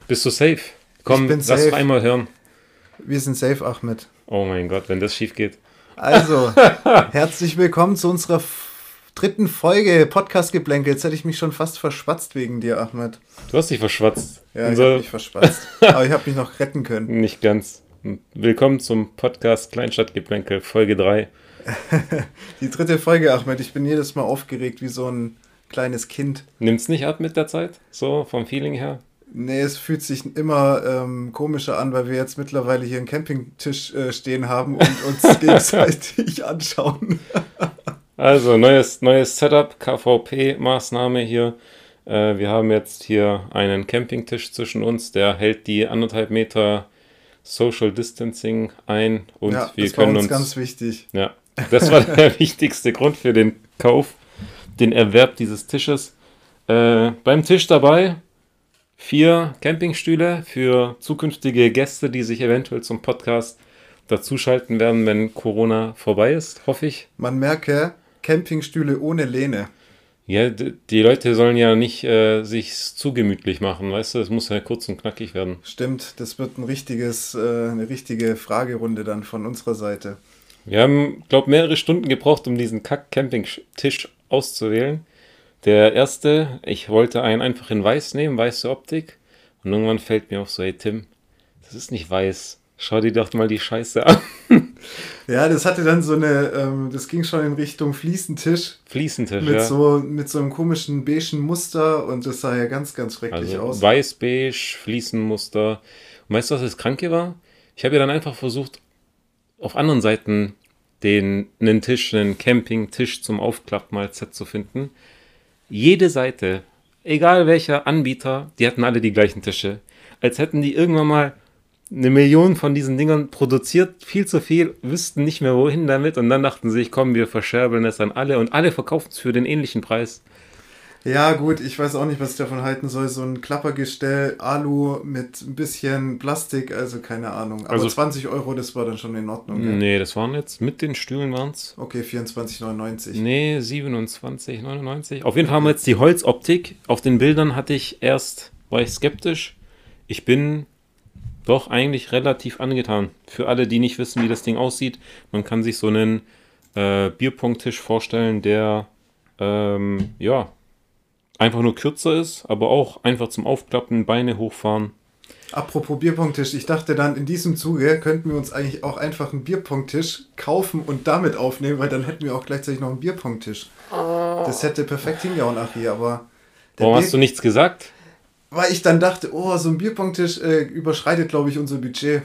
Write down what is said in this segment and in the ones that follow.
Bist du safe? Komm, Ich bin lass safe. doch einmal hören. Wir sind safe, Ahmed. Oh mein Gott, wenn das schief geht. Also, herzlich willkommen zu unserer dritten Folge Podcast-Geplänkel. Jetzt hätte ich mich schon fast verschwatzt wegen dir, Ahmed. Du hast dich verschwatzt. Ja, ich habe mich verschwatzt. Aber ich habe mich noch retten können. Nicht ganz. Willkommen zum Podcast Kleinstadtgeplänkel, Folge 3. Die dritte Folge, Ahmed. Ich bin jedes Mal aufgeregt wie so ein kleines Kind. Nimmt's nicht ab mit der Zeit? So, vom Feeling her? Nee, es fühlt sich immer komischer an, weil wir jetzt mittlerweile hier einen Campingtisch stehen haben und uns gegenseitig anschauen. Also, neues Setup, KVP-Maßnahme hier. Wir haben jetzt hier einen Campingtisch zwischen uns, der hält die 1,5 Meter Social Distancing ein und Ja, wir das war können uns uns... ganz wichtig. Ja, das war der wichtigste Grund für den Kauf, den Erwerb dieses Tisches. Beim Tisch dabei 4 Campingstühle für zukünftige Gäste, die sich eventuell zum Podcast dazuschalten werden, wenn Corona vorbei ist, hoffe ich. Man merke, Campingstühle ohne Lehne. Ja, die Leute sollen ja nicht sich zu gemütlich machen, weißt du, es muss ja kurz und knackig werden. Stimmt, das wird eine richtige Fragerunde dann von unserer Seite. Wir haben, glaube ich, mehrere Stunden gebraucht, um diesen Kack-Campingtisch auszuwählen. Der erste, ich wollte einen einfach in weiß nehmen, weiße Optik. Und irgendwann fällt mir auf so, hey Tim, das ist nicht weiß. Schau dir doch mal die Scheiße an. Ja, das hatte dann das ging schon in Richtung Fliesentisch Fliesentisch, mit ja. mit so einem komischen beigen Muster und das sah ja ganz, ganz schrecklich Also aus. weiß-beige, Fliesenmuster. Und weißt du, was das Kranke war? Ich habe ja dann einfach versucht, auf anderen Seiten einen Campingtisch zum Aufklappen als Set zu finden. Jede Seite, egal welcher Anbieter, die hatten alle die gleichen Tische. Als hätten die irgendwann mal 1 Million von diesen Dingern produziert, viel zu viel, wüssten nicht mehr wohin damit und dann dachten sie sich, komm, wir verscherbeln es an alle und alle verkaufen es für den ähnlichen Preis. Ja, gut, ich weiß auch nicht, was ich davon halten soll. So ein Klappergestell, Alu mit ein bisschen Plastik, also keine Ahnung. Aber Also 20 Euro, das war dann schon in Ordnung. Gell? Nee, das waren jetzt mit den Stühlen waren es. Okay, 24,99. Nee, 27,99. Auf jeden Fall haben wir jetzt die Holzoptik. Auf den Bildern war ich skeptisch. Ich bin doch eigentlich relativ angetan. Für alle, die nicht wissen, wie das Ding aussieht, man kann sich so einen Bierpong-Tisch vorstellen, der ja einfach nur kürzer ist, aber auch einfach zum Aufklappen, Beine hochfahren. Apropos Bierpongtisch, ich dachte dann, in diesem Zuge könnten wir uns eigentlich auch einfach einen Bierpongtisch kaufen und damit aufnehmen, weil dann hätten wir auch gleichzeitig noch einen Bierpongtisch. Das hätte perfekt hingehauen, Achi, aber... Warum hast du nichts gesagt? Weil ich dann dachte, oh, so ein Bierpongtisch überschreitet, glaube ich, unser Budget.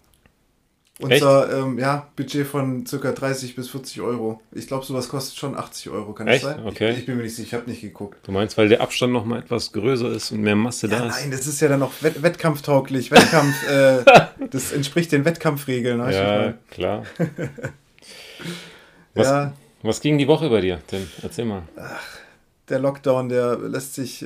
Unser Budget von ca. 30 bis 40 Euro. Ich glaube, sowas kostet schon 80 Euro, kann das Echt? sein? Okay. Ich bin mir nicht sicher, ich habe nicht geguckt. Du meinst, weil der Abstand noch mal etwas größer ist und mehr Masse da ist? Nein, das ist ja dann noch wettkampftauglich. Das entspricht den Wettkampfregeln. Weißt du, Ja, klar. Was ging die Woche bei dir, Tim? Erzähl mal. der Lockdown, der lässt sich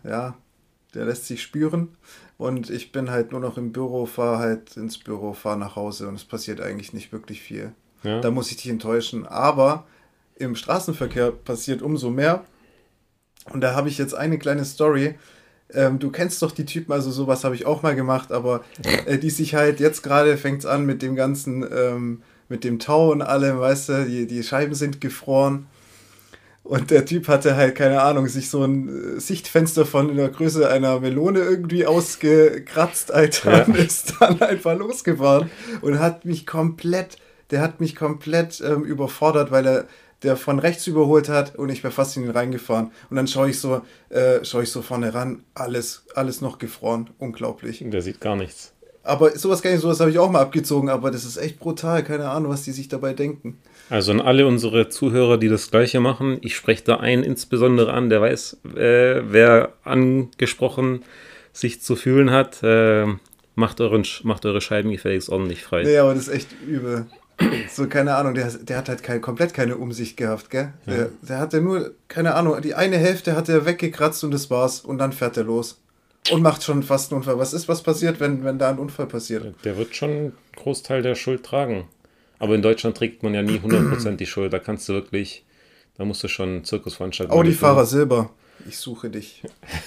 spüren. Und ich bin halt nur noch im Büro, fahre halt ins Büro, fahre nach Hause und es passiert eigentlich nicht wirklich viel. Ja. Da muss ich dich enttäuschen. Aber im Straßenverkehr passiert umso mehr. Und da habe ich jetzt eine kleine Story. Du kennst doch die Typen, also sowas habe ich auch mal gemacht, aber die sich halt jetzt gerade fängt es an mit dem ganzen, mit dem Tau und allem, weißt du, die Scheiben sind gefroren. Und der Typ hatte halt, keine Ahnung, sich so ein Sichtfenster von der Größe einer Melone irgendwie ausgekratzt, Alter, Ja. und ist dann einfach losgefahren und hat mich komplett überfordert, weil der von rechts überholt hat und ich wäre fast in ihn reingefahren. Und dann schaue ich so vorne ran, alles noch gefroren, unglaublich. Der sieht gar nichts. Aber sowas habe ich auch mal abgezogen, aber das ist echt brutal, keine Ahnung, was die sich dabei denken. Also an alle unsere Zuhörer, die das Gleiche machen, ich spreche da einen insbesondere an, der weiß, wer angesprochen sich zu fühlen hat. Macht eure Scheiben gefälligst ordentlich frei. Nee, aber das ist echt übel. So, keine Ahnung, der hat halt komplett keine Umsicht gehabt, gell? Der hatte nur, keine Ahnung, die eine Hälfte hat er weggekratzt und das war's. Und dann fährt er los. Und macht schon fast einen Unfall. Was passiert, wenn da ein Unfall passiert? Der wird schon einen Großteil der Schuld tragen. Aber in Deutschland trägt man ja nie 100% die Schuld. Da musst du schon Zirkusveranstaltungen Audi-Fahrer Silber. ich suche dich.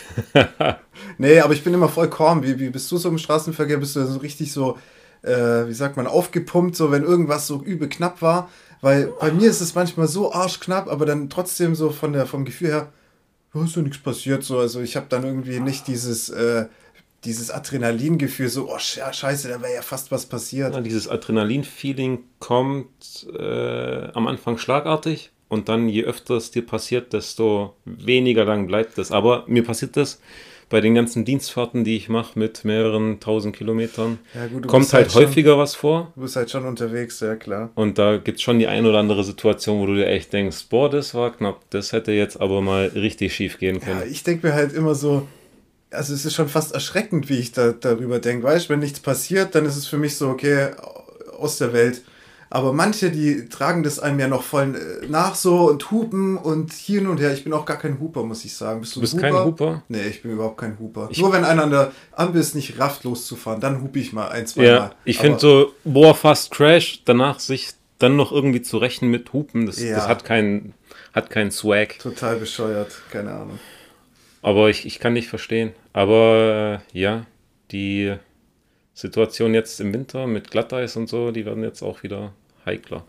Nee, aber ich bin immer voll calm. Wie bist du so im Straßenverkehr? Bist du so richtig so, wie sagt man, aufgepumpt, so wenn irgendwas so übel knapp war? Weil bei mir ist es manchmal so arschknapp, aber dann trotzdem so vom Gefühl her, ja, ist ja nichts passiert. So. Also ich habe dann irgendwie nicht dieses Adrenalingefühl, so, oh scheiße, da wäre ja fast was passiert. Ja, dieses Adrenalin-Feeling kommt am Anfang schlagartig und dann, je öfter es dir passiert, desto weniger lang bleibt es. Aber mir passiert das bei den ganzen Dienstfahrten, die ich mache mit mehreren tausend Kilometern. Ja, gut, Kommt halt häufiger was vor. Du bist halt schon unterwegs, ja klar. Und da gibt es schon die ein oder andere Situation, wo du dir echt denkst, boah, das war knapp, das hätte jetzt aber mal richtig schief gehen können. Ja, ich denke mir halt immer so, also es ist schon fast erschreckend, wie ich darüber denke. Weißt du, wenn nichts passiert, dann ist es für mich so, okay, aus der Welt. Aber manche, die tragen das einem ja noch voll nach so und hupen und hin und her. Ich bin auch gar kein Huper, muss ich sagen. Bist du Du bist ein kein Huper? Nee, ich bin überhaupt kein Huper. Nur wenn einer an der Ampel ist, nicht rafft loszufahren, dann hupe ich mal ein, zwei Mal. Ja, ich finde so, boah, fast Crash, danach sich dann noch irgendwie zu rechnen mit Hupen, das hat keinen Swag. Total bescheuert, keine Ahnung. Aber ich kann nicht verstehen. Aber ja, die Situation jetzt im Winter mit Glatteis und so, die werden jetzt auch wieder heikler.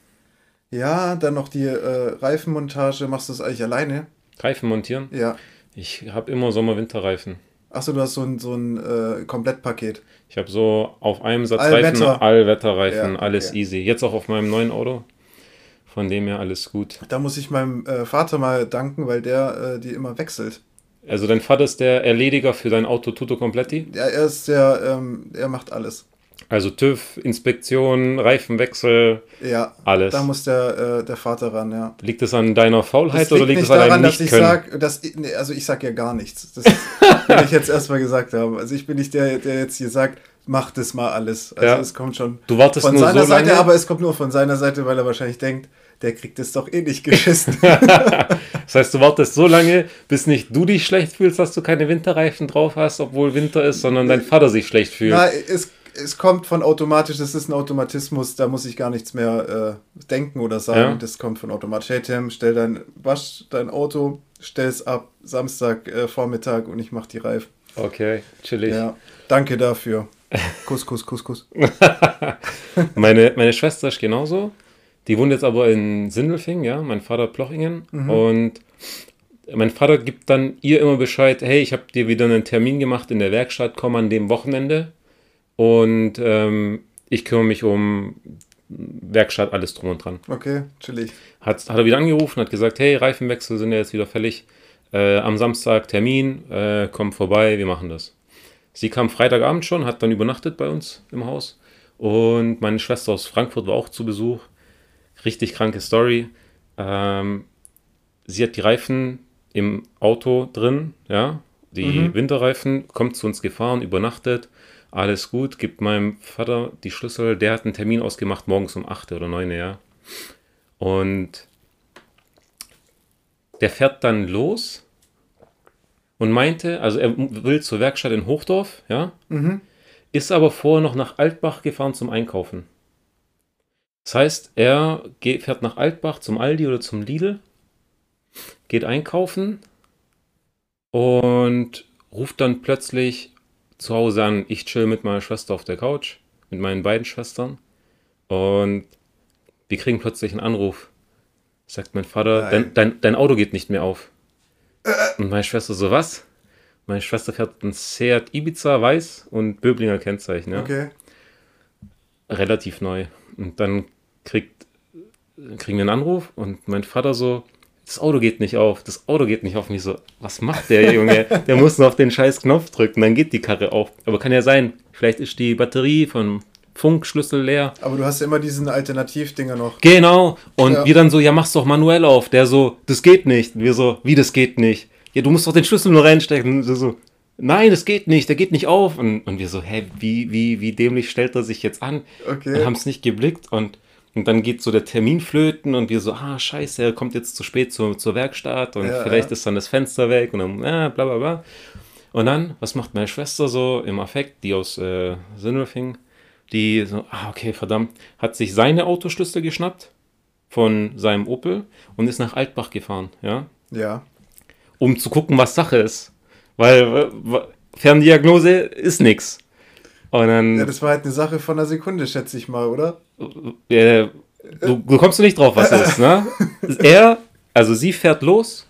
Ja, dann noch die Reifenmontage. Machst du das eigentlich alleine? Reifen montieren? Ja. Ich habe immer Sommer-Winter-Reifen. Achso, du hast so ein Komplettpaket. Ich habe so auf einem Satz Allwetter. Reifen, Allwetterreifen, Ja, alles okay. easy. Jetzt auch auf meinem neuen Auto. Von dem her alles gut. Da muss ich meinem Vater mal danken, weil der die immer wechselt. Also dein Vater ist der Erlediger für dein Auto Tutto Completi? Ja, er macht alles. Also TÜV, Inspektion, Reifenwechsel, Ja, alles. da muss der Vater ran, ja. Liegt es an deiner Faulheit Das oder liegt liegt nicht es an daran, deinem dass ich Nichtkönnen? sage, also ich sage ja gar nichts. Das will ich jetzt erstmal gesagt haben. Also ich bin nicht der jetzt hier sagt, mach das mal alles. Also Ja. es kommt schon Du wartest von nur seiner so Seite, lange. aber es kommt nur von seiner Seite, weil er wahrscheinlich denkt, der kriegt es doch eh nicht geschissen. Das heißt, du wartest so lange, bis nicht du dich schlecht fühlst, dass du keine Winterreifen drauf hast, obwohl Winter ist, sondern dein Vater sich schlecht fühlt. Na, es kommt von automatisch, das ist ein Automatismus, da muss ich gar nichts mehr denken oder sagen. Ja. Das kommt von automatisch. Hey Tim, wasch dein Auto, stell es ab, Samstag Vormittag und ich mach die Reifen. Okay, chillig. Ja, danke dafür. Kuss, Kuss, Kuss, Kuss. Meine Schwester ist genauso. Die wohnt jetzt aber in Sindelfingen, ja, mein Vater Plochingen. Und mein Vater gibt dann ihr immer Bescheid, hey, ich habe dir wieder einen Termin gemacht in der Werkstatt, komm an dem Wochenende. Und ich kümmere mich um Werkstatt, alles drum und dran. Okay, chillig. Hat er wieder angerufen, hat gesagt, hey, Reifenwechsel sind ja jetzt wieder fällig. Am Samstag Termin, komm vorbei, wir machen das. Sie kam Freitagabend schon, hat dann übernachtet bei uns im Haus. Und meine Schwester aus Frankfurt war auch zu Besuch. Richtig kranke Story. Sie hat die Reifen im Auto drin, ja, die Winterreifen, kommt zu uns gefahren, übernachtet, alles gut, gibt meinem Vater die Schlüssel, der hat einen Termin ausgemacht, morgens um 8 oder 9, ja. Und der fährt dann los und meinte, also er will zur Werkstatt in Hochdorf, ja, ist aber vorher noch nach Altbach gefahren zum Einkaufen. Das heißt, er fährt nach Altbach zum Aldi oder zum Lidl, geht einkaufen und ruft dann plötzlich zu Hause an, ich chill mit meiner Schwester auf der Couch, mit meinen beiden Schwestern und wir kriegen plötzlich einen Anruf. Sagt mein Vater, dein Auto geht nicht mehr auf. Und meine Schwester so, was? Meine Schwester fährt einen Seat Ibiza weiß und Böblinger Kennzeichen, ja. Okay. Relativ neu. Und dann kriegen wir einen Anruf und mein Vater so, das Auto geht nicht auf, das Auto geht nicht auf. Mich so, was macht der Junge? Der muss nur auf den scheiß Knopf drücken, dann geht die Karre auf. Aber kann ja sein, vielleicht ist die Batterie vom Funkschlüssel leer. Aber du hast ja immer diesen Alternativdinger noch. Genau. Und wir dann so, ja, mach's doch manuell auf. Der so, das geht nicht. Und wir so, wie, das geht nicht? Ja, du musst doch den Schlüssel nur reinstecken. Und so, nein, das geht nicht, der geht nicht auf. Und wir so, hä, wie dämlich stellt er sich jetzt an? Okay. Wir haben es nicht geblickt und dann geht so der Termin flöten und wir so, scheiße, er kommt jetzt zu spät zur Werkstatt und vielleicht ist dann das Fenster weg und dann, bla bla bla. Und dann, was macht meine Schwester so im Affekt, die aus Sindelfingen, die so, okay, verdammt, hat sich seine Autoschlüssel geschnappt von seinem Opel und ist nach Altbach gefahren, ja. Ja. um zu gucken, was Sache ist. Weil Ferndiagnose ist nix. Und dann, Ja, das war halt eine Sache von einer Sekunde, schätze ich mal, oder? du kommst nicht drauf, was ist, ne? Also sie fährt los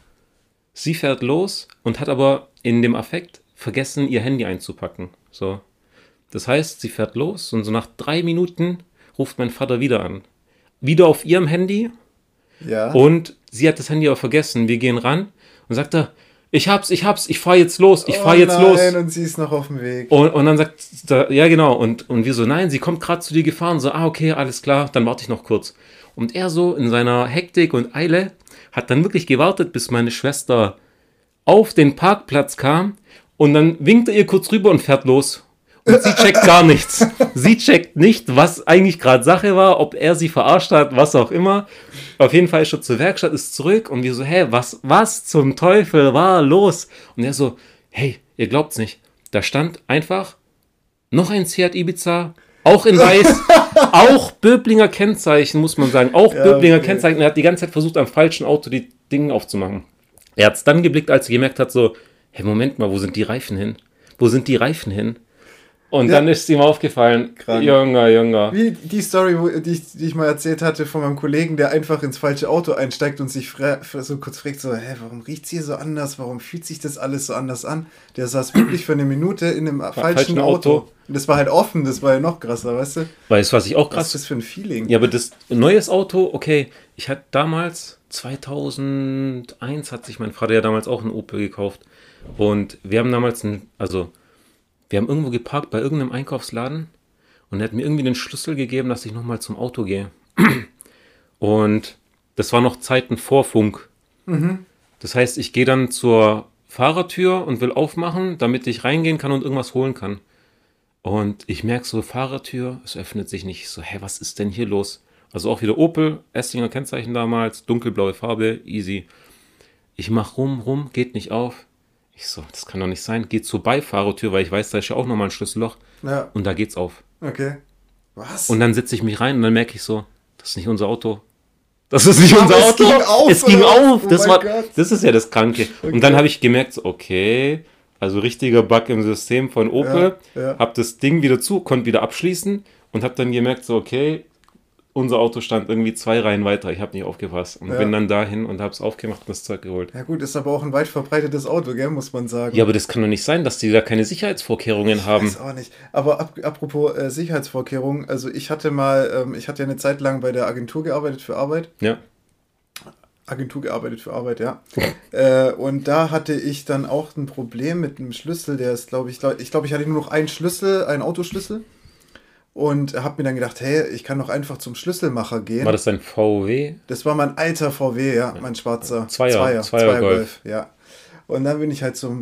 und hat aber in dem Affekt vergessen, ihr Handy einzupacken. So. Das heißt, sie fährt los und so nach 3 Minuten ruft mein Vater wieder an. Wieder auf ihrem Handy Ja. und sie hat das Handy aber vergessen. Wir gehen ran und sagt er, ich hab's, ich fahr jetzt los, Nein, und sie ist noch auf dem Weg. Und dann sagt er, ja genau, und wir so, nein, sie kommt gerade zu dir gefahren, so, okay, alles klar, dann warte ich noch kurz. Und er so in seiner Hektik und Eile hat dann wirklich gewartet, bis meine Schwester auf den Parkplatz kam und dann winkt er ihr kurz rüber und fährt los. Und sie checkt gar nichts. Sie checkt nicht, was eigentlich gerade Sache war, ob er sie verarscht hat, was auch immer. Auf jeden Fall ist er zur Werkstatt, ist zurück und wir so, hä, was zum Teufel war los? Und er so, hey, ihr glaubt's nicht. Da stand einfach noch ein Seat Ibiza, auch in weiß, auch Böblinger Kennzeichen, muss man sagen. Auch Ja, Böblinger okay. Kennzeichen. Er hat die ganze Zeit versucht, am falschen Auto die Dinge aufzumachen. Er hat's dann geblickt, als er gemerkt hat, so, hey, Moment mal, wo sind die Reifen hin? Wo sind die Reifen hin? Und Ja. dann ist ihm aufgefallen, Krank. Junge. Wie die Story, die ich mal erzählt hatte von meinem Kollegen, der einfach ins falsche Auto einsteigt und sich so kurz fragt, so, hä, warum riecht's hier so anders? Warum fühlt sich das alles so anders an? Der saß wirklich für eine Minute in einem falschen Auto. Und das war halt offen, das war ja noch krasser, weißt du? Weißt du, was ich auch Was krass... ist das für ein Feeling? Ja, aber das neues Auto, okay, ich hatte damals, 2001 hat sich mein Vater ja damals auch einen Opel gekauft. Und wir haben damals wir haben irgendwo geparkt bei irgendeinem Einkaufsladen und er hat mir irgendwie den Schlüssel gegeben, dass ich nochmal zum Auto gehe. Und das war noch Zeiten vor Funk. Das heißt, ich gehe dann zur Fahrertür und will aufmachen, damit ich reingehen kann und irgendwas holen kann. Und ich merke so, Fahrertür, es öffnet sich nicht. Ich so, hä, was ist denn hier los? Also auch wieder Opel, Essinger Kennzeichen damals, dunkelblaue Farbe, easy. Ich mach rum, geht nicht auf. Ich so, das kann doch nicht sein. Geht zur Beifahrertür, weil ich weiß, da ist ja auch nochmal ein Schlüsselloch. Ja, Und da geht's auf. okay. Was? Und dann setze ich mich rein und dann merke ich so, das ist nicht unser Auto. Das ist nicht Aber unser es Auto. ging auf, Es ging oder was? auf. Oh Das mein Gott. das ist ja das Kranke. Okay. Und dann habe ich gemerkt, so, okay, also richtiger Bug im System von Opel. Ja. Hab das Ding wieder konnte wieder abschließen und hab dann gemerkt, so, okay, unser Auto stand irgendwie 2 Reihen weiter. Ich habe nicht aufgepasst und Ja. bin dann dahin und hab's aufgemacht und das Zeug geholt. Ja gut, ist aber auch ein weit verbreitetes Auto, gell, muss man sagen. Ja, aber das kann doch nicht sein, dass die da keine Sicherheitsvorkehrungen haben. Weiß auch nicht. Aber apropos Sicherheitsvorkehrungen, also ich hatte ja eine Zeit lang bei der Agentur gearbeitet für Arbeit. Ja. Ja. Und da hatte ich dann auch ein Problem mit einem Schlüssel, der ist, ich hatte nur noch einen Schlüssel, einen Autoschlüssel. Und habe mir dann gedacht, hey, ich kann doch einfach zum Schlüsselmacher gehen. War das dein VW? Das war mein alter VW, ja, mein schwarzer. Zweier Golf. Ja. Und dann bin ich halt zum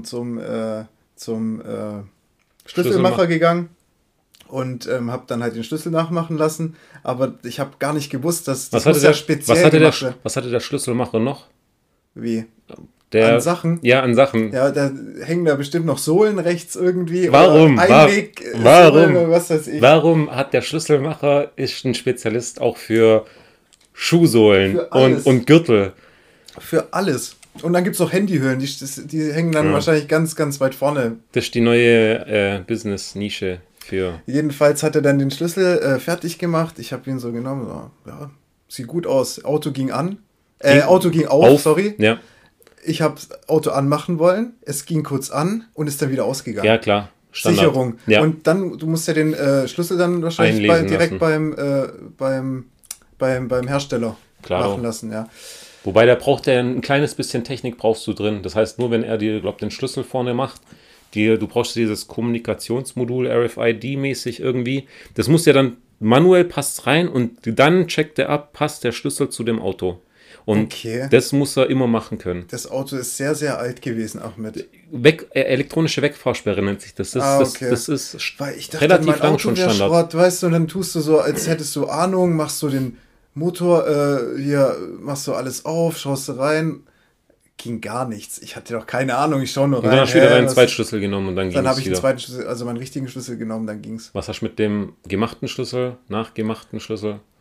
Schlüsselmacher gegangen und habe dann halt den Schlüssel nachmachen lassen. Aber ich habe gar nicht gewusst, dass das muss ja speziell gemacht werden. Was hatte der Schlüsselmacher noch? Wie? An Sachen? Ja, an Sachen. Ja, da hängen da bestimmt noch Sohlen rechts irgendwie. Warum? Oder Einweg, Warum? was weiß ich. Warum hat der Schlüsselmacher, ist ein Spezialist auch für Schuhsohlen Für alles. und Gürtel? Für alles. Und dann gibt es noch Handyhüllen, die hängen dann wahrscheinlich ganz, ganz weit vorne. Das ist die neue Business-Nische für... Jedenfalls hat er dann den Schlüssel fertig gemacht. Ich habe ihn so genommen. So, ja, sieht gut aus. Auto ging an. Auto ging auf, sorry. Ja, Ich habe das Auto anmachen wollen. Es ging kurz an und ist dann wieder ausgegangen. ja klar. Standard. Sicherung. Ja. Und dann, du musst ja den Schlüssel dann wahrscheinlich Einlesen direkt lassen. beim Hersteller Klaro. machen lassen, ja. Wobei, da braucht er ein kleines bisschen Technik brauchst du drin. Das heißt, nur wenn er dir, den Schlüssel vorne macht, du brauchst dieses Kommunikationsmodul RFID-mäßig irgendwie. Das muss ja dann manuell passt rein und dann checkt er ab, passt der Schlüssel zu dem Auto. Und Okay. das muss er immer machen können. Das Auto ist sehr, sehr alt gewesen, Ahmed. Elektronische Wegfahrsperre nennt sich das. Okay. Das ist Weil ich dachte, relativ mein lang Auto schon wäre Standard. Schrott, weißt du, und dann tust du so, als hättest du Ahnung, machst du den Motor, hier, machst du alles auf, schaust du rein. Ging gar nichts. Ich hatte doch keine Ahnung, ich schaue nur Und rein. dann hast du wieder deinen was- Zweitschlüssel genommen und dann ging Dann es habe ich den wieder. zweiten Schlüssel, also meinen richtigen Schlüssel genommen, dann ging's. Was hast du mit dem gemachten Schlüssel, nachgemachten Schlüssel?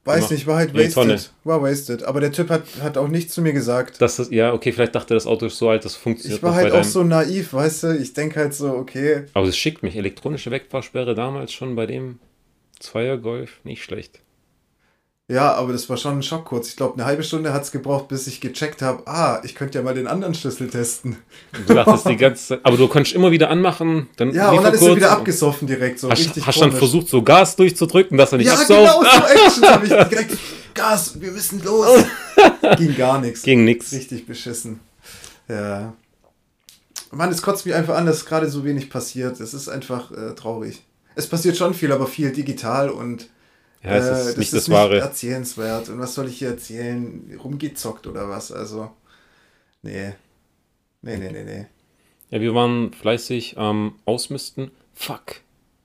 Weiß nicht, war halt in die Tonne. wasted. War wasted. Aber der Typ hat auch nichts zu mir gesagt. Ja, okay, vielleicht dachte er, das Auto ist so alt, das funktioniert Ich war noch halt bei auch so naiv, weißt du? Ich denke halt so, okay. Aber es schickt mich. Elektronische Wegfahrsperre damals schon bei dem Zweier Golf, nicht schlecht. Ja, aber das war schon ein Schock kurz. Ich glaube, eine halbe Stunde hat es gebraucht, bis ich gecheckt habe, ich könnte ja mal den anderen Schlüssel testen. Du dachtest die ganze Zeit, aber du konntest immer wieder anmachen. Dann Ja, und dann ist er wieder abgesoffen direkt. So richtig hast dann versucht, so Gas durchzudrücken, dass er nicht absaugt? Ja, genau, so Action habe ich direkt. Gas, wir müssen los. Ging gar nichts. Ging nix. Richtig beschissen. Ja. Mann, es kotzt mich einfach an, dass gerade so wenig passiert. Es ist einfach traurig. Es passiert schon viel, aber viel digital und ja, es ist nicht das Wahre. Nicht erzählenswert. Und was soll ich hier erzählen? Rumgezockt oder was? Also, nee. Nee. Ja, wir waren fleißig am Ausmisten. Fuck.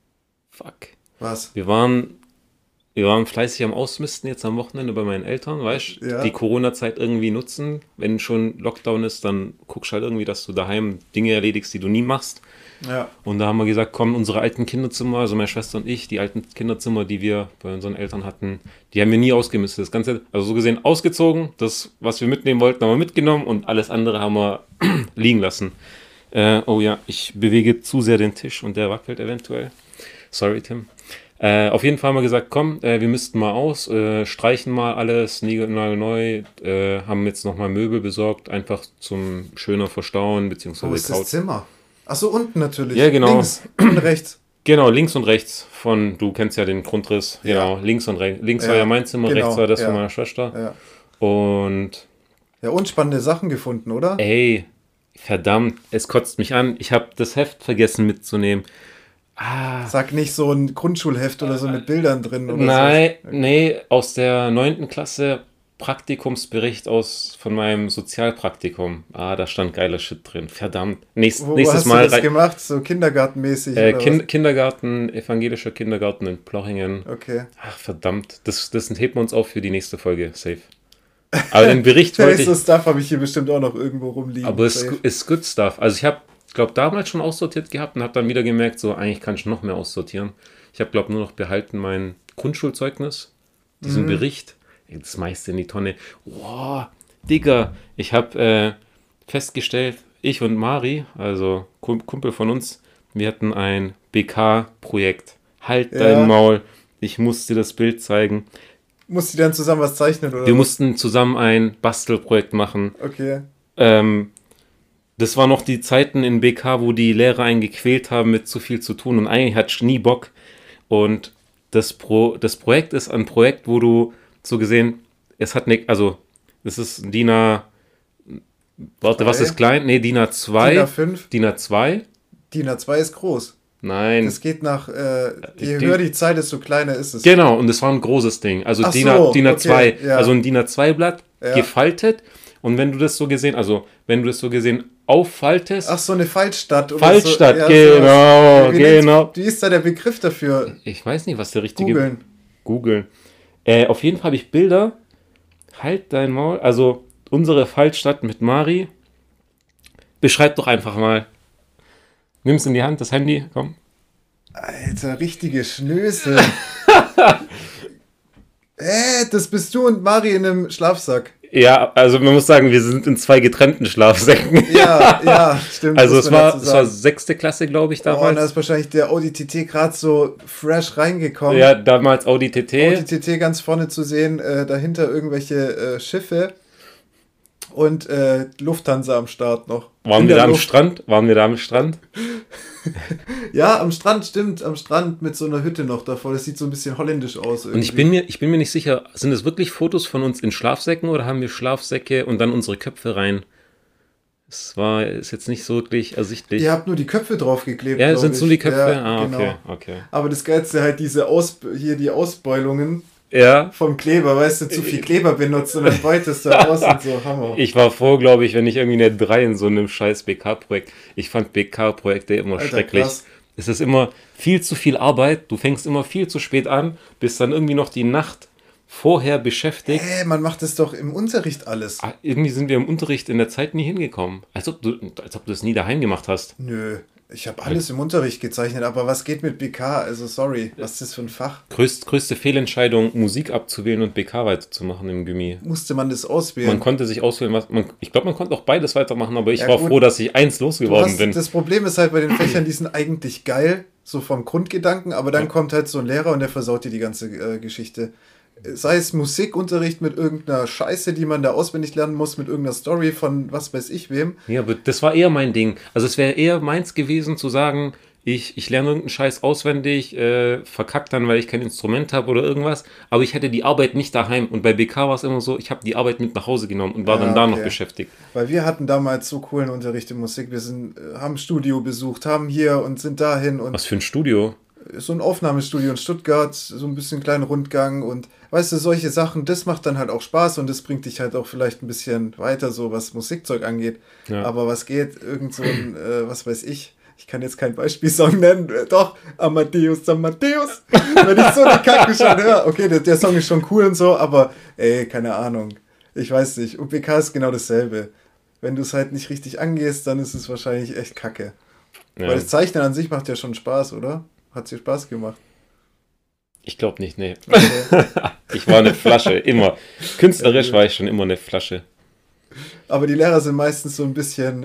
Was? Wir waren fleißig am Ausmisten jetzt am Wochenende bei meinen Eltern, weißt du? Ja. Die Corona-Zeit irgendwie nutzen. Wenn schon Lockdown ist, dann guckst halt irgendwie, dass du daheim Dinge erledigst, die du nie machst. Ja. Und da haben wir gesagt, komm, unsere alten Kinderzimmer, also meine Schwester und ich, die alten Kinderzimmer, die wir bei unseren Eltern hatten, die haben wir nie ausgemistet. Das Ganze, also so gesehen ausgezogen, das, was wir mitnehmen wollten, haben wir mitgenommen und alles andere haben wir liegen lassen. Oh ja, ich bewege zu sehr den Tisch und der wackelt eventuell. Sorry, Tim. Auf jeden Fall haben wir gesagt, komm, wir müssten mal aus, streichen mal alles, neu, haben jetzt nochmal Möbel besorgt, einfach zum schöner Verstauen, beziehungsweise Wo ist das Zimmer? Achso, unten natürlich. Ja, genau. Links und rechts. Genau, links und rechts du kennst ja den Grundriss, genau, Ja. links und rechts. Links war ja mein Zimmer, genau, rechts war das ja. von meiner Schwester. Ja. Und Ja, unspannende Sachen gefunden, oder? ey, verdammt, es kotzt mich an. Ich habe das Heft vergessen mitzunehmen. Sag nicht so ein Grundschulheft oder so mit Bildern drin oder Nein, so. nee, aus der 9. Klasse Praktikumsbericht von meinem Sozialpraktikum. Da stand geiler Shit drin. Verdammt. Wo Nächstes hast Mal du das gemacht? So kindergartenmäßig? oder was? Kindergarten, evangelischer Kindergarten in Plochingen. Okay. Ach, verdammt. Das heben wir uns auf für die nächste Folge. Safe. Aber den Bericht wollte So ich... Stuff habe ich hier bestimmt auch noch irgendwo rumliegen. Aber es Safe. ist good stuff. Also ich habe, glaube damals schon aussortiert gehabt und habe dann wieder gemerkt, so eigentlich kann ich noch mehr aussortieren. Ich habe, glaube nur noch behalten mein Grundschulzeugnis, diesen Bericht. Das meiste in die Tonne. Wow, Digga. Ich habe festgestellt, ich und Mari, also Kumpel von uns, wir hatten ein BK-Projekt. Halt dein Maul. Ich musste das Bild zeigen. Musst du dann zusammen was zeichnen, oder? Wir mussten zusammen ein Bastelprojekt machen. Okay. Das waren noch die Zeiten in BK, wo die Lehrer einen gequält haben mit zu viel zu tun und eigentlich hat nie Bock. Und das Projekt ist ein Projekt, wo du so gesehen, es hat nicht, also es ist ein DIN A, warte, was ist klein? Nee, DIN A2. DIN A5. DIN A2? DIN A2 ist groß. Nein. Das geht nach, je höher die Zeit, desto kleiner ist es. Genau, und das war ein großes Ding. Also Ach DIN so, A2, okay, ja. also ein DIN A2-Blatt Ja. gefaltet. Und wenn du das so gesehen auffaltest. Ach so, eine Faltstadt. Oder Faltstadt, so. genau, genau. Wie ist da der Begriff dafür? Ich weiß nicht, was der richtige... Googeln. Googeln. Auf jeden Fall habe ich Bilder. Halt dein Maul. Also unsere Faltstadt mit Mari. Beschreib doch einfach mal. Nimm's in die Hand, das Handy. Komm. Alter, richtige Schnösel. Das bist du und Mari in einem Schlafsack. Ja, also man muss sagen, wir sind in 2 getrennten Schlafsäcken. Ja, stimmt. Also muss es man war, dazu es war sagen. 6. Klasse, glaube ich, Oh, und da damals. ist wahrscheinlich der Audi TT gerade so fresh reingekommen. Ja, damals Audi TT. Audi TT ganz vorne zu sehen, dahinter irgendwelche Schiffe und Lufthansa am Start noch. Waren In wir der da am Luft. Strand? Waren wir da am Strand? Ja, am Strand, stimmt, am Strand mit so einer Hütte noch davor. Das sieht so ein bisschen holländisch aus. Und ich bin mir nicht sicher, sind es wirklich Fotos von uns in Schlafsäcken oder haben wir Schlafsäcke und dann unsere Köpfe rein? Ist jetzt nicht so wirklich ersichtlich. Ihr habt nur die Köpfe draufgeklebt. Ja, glaub sind ich. so die Köpfe? Ja, Okay, okay. Aber das Geilste halt diese die Ausbeulungen Ja, vom Kleber, weißt du, zu viel Kleber benutzt und dann beutest du aus und so, Hammer. ich war froh, glaube ich, wenn ich irgendwie eine 3 in so einem scheiß BK-Projekt. Ich fand BK-Projekte immer Alter, schrecklich. krass. Es ist immer viel zu viel Arbeit. Du fängst immer viel zu spät an, bis dann irgendwie noch die Nacht vorher beschäftigt. Man macht das doch im Unterricht alles. Irgendwie sind wir im Unterricht in der Zeit nie hingekommen. Als ob du es nie daheim gemacht hast. Nö, ich habe alles im Unterricht gezeichnet, aber was geht mit BK? Also sorry, was ist das für ein Fach? Größte Fehlentscheidung, Musik abzuwählen und BK weiterzumachen im Gymi. Musste man das auswählen? Man konnte sich auswählen, ich glaube, man konnte auch beides weitermachen, aber ich Ja, war gut. froh, dass ich eins losgeworden bin. Das Problem ist halt bei den Fächern, die sind eigentlich geil, so vom Grundgedanken, aber dann kommt halt so ein Lehrer und der versaut dir die ganze Geschichte. Sei es Musikunterricht mit irgendeiner Scheiße, die man da auswendig lernen muss, mit irgendeiner Story von was weiß ich wem. Ja, aber das war eher mein Ding. Also es wäre eher meins gewesen zu sagen, ich lerne irgendeinen Scheiß auswendig, verkackt dann, weil ich kein Instrument habe oder irgendwas, aber ich hätte die Arbeit nicht daheim. Und bei BK war es immer so, ich habe die Arbeit mit nach Hause genommen und war dann da noch beschäftigt. Weil wir hatten damals so coolen Unterricht in Musik. Wir haben Studio besucht, haben hier und sind dahin. Und was für ein Studio? So ein Aufnahmestudio in Stuttgart, so ein bisschen kleinen Rundgang und weißt du, solche Sachen, das macht dann halt auch Spaß und das bringt dich halt auch vielleicht ein bisschen weiter, so was Musikzeug angeht. Ja. Aber was geht, irgend so ein, was weiß ich kann jetzt kein Beispielsong nennen, doch, Amadeus, wenn ich so eine Kacke schon höre, okay, der Song ist schon cool und so, aber keine Ahnung, ich weiß nicht, und BK ist genau dasselbe. Wenn du es halt nicht richtig angehst, dann ist es wahrscheinlich echt kacke. Ja. Weil das Zeichnen an sich macht ja schon Spaß, oder? Hat dir Spaß gemacht? Ich glaube nicht, nee. Okay. Ich war eine Flasche, immer. Künstlerisch war ich schon immer eine Flasche. Aber die Lehrer sind meistens so ein bisschen,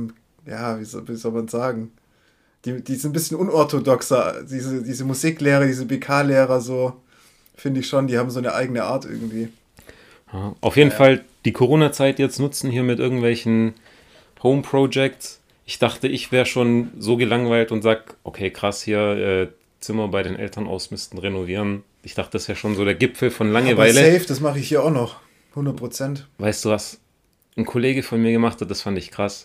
wie soll man sagen? Die sind ein bisschen unorthodoxer. Diese Musiklehrer, diese BK-Lehrer, so, finde ich schon, die haben so eine eigene Art irgendwie. Ja, auf jeden Fall die Corona-Zeit jetzt nutzen hier mit irgendwelchen Home-Projects. Ich dachte, ich wäre schon so gelangweilt und sag, okay, krass, hier Zimmer bei den Eltern ausmisten, renovieren. Ich dachte, das wäre schon so der Gipfel von Langeweile. Aber safe, das mache ich hier auch noch. 100%. Weißt du, was ein Kollege von mir gemacht hat? Das fand ich krass.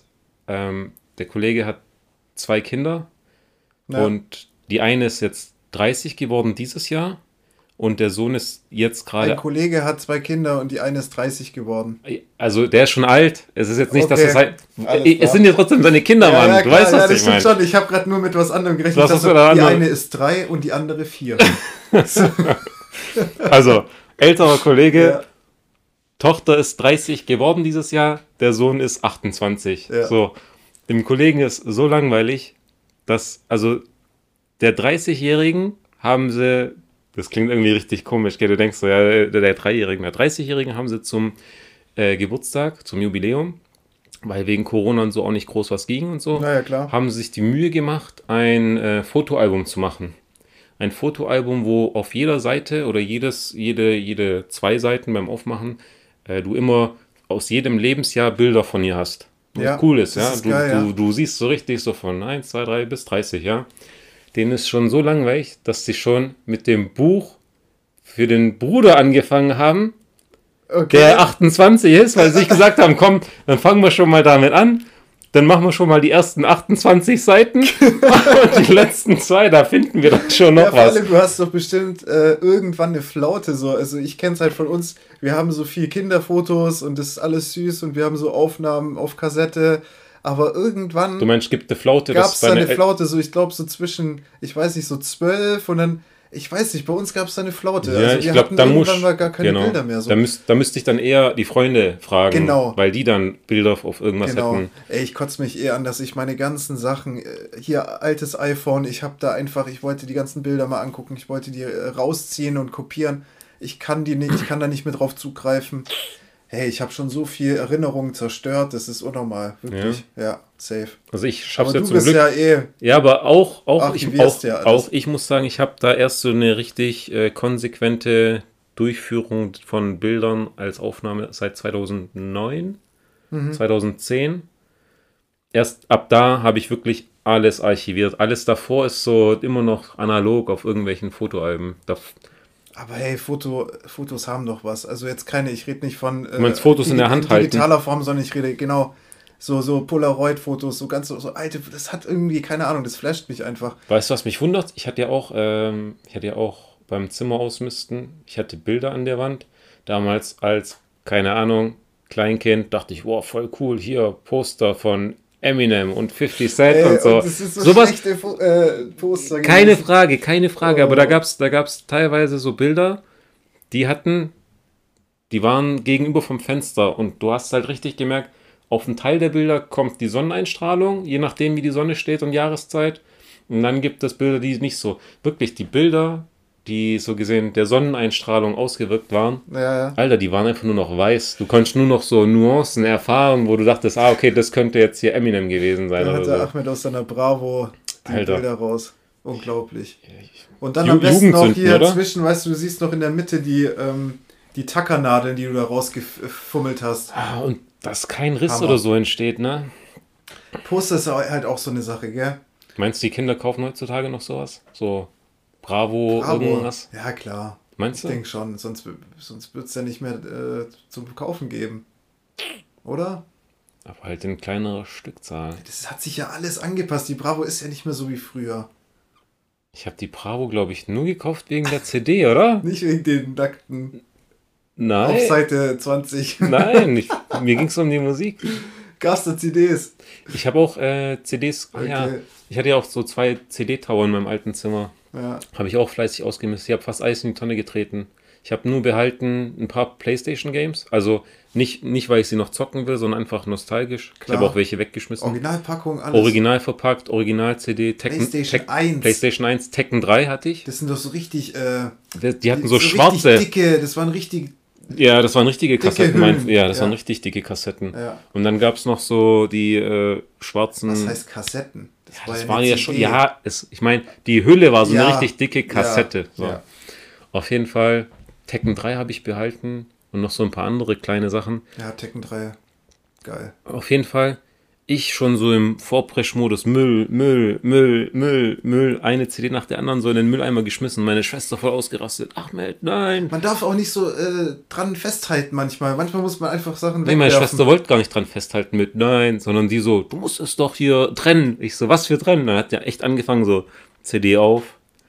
Der Kollege hat 2 Kinder und die eine ist jetzt 30 geworden dieses Jahr. Und der Sohn ist jetzt gerade... Ein Kollege hat 2 Kinder und die eine ist 30 geworden. Also der ist schon alt. Es ist jetzt nicht, dass es halt... Es sind ja trotzdem seine Kinder, Mann. Ja, du weißt, was ich meine. Schon. Ich habe gerade nur mit was anderem gerechnet. Die eine ist 3 und die andere 4. Also, älterer Kollege, Tochter ist 30 geworden dieses Jahr, der Sohn ist 28. Ja. So, dem Kollegen ist so langweilig, dass... Also, der 30-Jährigen haben sie... Das klingt irgendwie richtig komisch, gell? Du denkst so, ja, der 3-Jährigen, der 30-Jährigen haben sie zum Geburtstag, zum Jubiläum, weil wegen Corona und so auch nicht groß was ging und so, klar. haben sie sich die Mühe gemacht, ein Fotoalbum zu machen. Ein Fotoalbum, wo auf jeder Seite oder jede 2 Seiten beim Aufmachen du immer aus jedem Lebensjahr Bilder von ihr hast. Was cool ist, ja. Du siehst so richtig so von 1, 2, 3 bis 30, ja. Denen ist schon so langweilig, dass sie schon mit dem Buch für den Bruder angefangen haben, der 28 ist, weil sie sich gesagt haben, komm, dann fangen wir schon mal damit an, dann machen wir schon mal die ersten 28 Seiten und die letzten 2, da finden wir dann schon noch was. Du hast doch bestimmt irgendwann eine Flaute, so. Also ich kenne es halt von uns, wir haben so viel Kinderfotos und das ist alles süß und wir haben so Aufnahmen auf Kassette. Aber irgendwann... Du meinst, gibt eine Flaute? Gab es da eine Flaute, so ich glaube so zwischen, ich weiß nicht, so 12 und dann, ich weiß nicht, bei uns gab es da eine Flaute. Ja, also ich glaube, da muss... mal gar keine Bilder mehr. So. Da müsste ich dann eher die Freunde fragen, weil die dann Bilder auf irgendwas hätten. Ey, ich kotze mich eher an, dass ich meine ganzen Sachen, hier altes iPhone, ich wollte die ganzen Bilder mal angucken, ich wollte die rausziehen und kopieren. Ich kann da nicht mehr drauf zugreifen. Hey, ich habe schon so viel Erinnerungen zerstört, das ist unnormal, wirklich. Ja, safe. Also ich schaff's ja zum Glück. Ja, ja, aber auch ich muss sagen, ich habe da erst so eine richtig konsequente Durchführung von Bildern als Aufnahme seit 2009, 2010. Erst ab da habe ich wirklich alles archiviert. Alles davor ist so immer noch analog auf irgendwelchen Fotoalben. Aber hey, Fotos haben doch was. Also jetzt ich rede nicht von du meinst Fotos in der Hand halten? Digitaler Form, sondern ich rede genau so Polaroid-Fotos, so ganz so alte, das hat irgendwie, keine Ahnung, das flasht mich einfach. Weißt du, was mich wundert? Ich hatte ja auch beim Zimmer ausmisten, ich hatte Bilder an der Wand. Damals als, keine Ahnung, Kleinkind, dachte ich, wow, voll cool, hier Poster von Eminem und 50 Cent und so. Und das ist so schlechte Poster. Keine Frage. Aber da gab's teilweise so Bilder, die waren gegenüber vom Fenster und du hast halt richtig gemerkt, auf einen Teil der Bilder kommt die Sonneneinstrahlung, je nachdem wie die Sonne steht und Jahreszeit. Und dann gibt es Bilder, die nicht so, wirklich die Bilder, die so gesehen der Sonneneinstrahlung ausgewirkt waren. Ja. Alter, die waren einfach nur noch weiß. Du konntest nur noch so Nuancen erfahren, wo du dachtest, okay, das könnte jetzt hier Eminem gewesen sein. Da oder hat so. der Ahmed aus seiner Bravo die Alter. Bilder raus. Unglaublich. Und dann am besten noch Jugendsünden, hier oder? zwischen, weißt du, du siehst noch in der Mitte die Tackernadeln, die du da rausgefummelt hast. Und dass kein Riss Hammer. oder so entsteht, ne? Poster ist halt auch so eine Sache, gell? Meinst du, die Kinder kaufen heutzutage noch sowas? So Bravo. Irgendwas? Ja, klar. Meinst Ich du? denke schon, sonst wird es ja nicht mehr zum Kaufen geben. Oder? Aber halt in kleinerer Stückzahl. Das hat sich ja alles angepasst. Die Bravo ist ja nicht mehr so wie früher. Ich habe die Bravo, glaube ich, nur gekauft wegen der CD, oder? Nicht wegen den nackten auf Nein. Seite 20. Nein, mir ging es um die Musik. Gaster CDs. Ich habe auch CDs, Okay. ja, ich hatte ja auch so 2 CD-Tower in meinem alten Zimmer. Ja. Habe ich auch fleißig ausgemistet. Ich habe fast Eis in die Tonne getreten. Ich habe nur behalten ein paar PlayStation-Games. Also nicht, weil ich sie noch zocken will, sondern einfach nostalgisch. Klar. Ich habe auch welche weggeschmissen. Originalpackung, alles. Original verpackt, Original-CD, PlayStation 1. PlayStation 1, Tekken 3 hatte ich. Das sind doch so richtig. Die hatten so schwarze. Richtig dicke, das waren richtig. Ja, das waren richtige Dicke Kassetten. Hüllen. Ja, das Ja. waren richtig dicke Kassetten. Ja. Und dann gab es noch so die schwarzen. Was heißt Kassetten? Das Das ja waren eine ja CD. schon. Ja, ich meine, die Hülle war so Ja. eine richtig dicke Kassette. Ja. So. Ja. Auf jeden Fall, Tekken 3 habe ich behalten und noch so ein paar andere kleine Sachen. Ja, Tekken 3. Geil. Auf jeden Fall, ich schon so im Vorpresch-Modus, Müll, eine CD nach der anderen so in den Mülleimer geschmissen. Meine Schwester voll ausgerastet. Ahmed, nein. Man darf auch nicht so dran festhalten manchmal. Manchmal muss man einfach Sachen Nee, meine wegwerfen. Schwester wollte gar nicht dran festhalten mit nein, sondern die so, du musst es doch hier trennen. Ich so, was für trennen? Dann hat ja echt angefangen so, CD auf,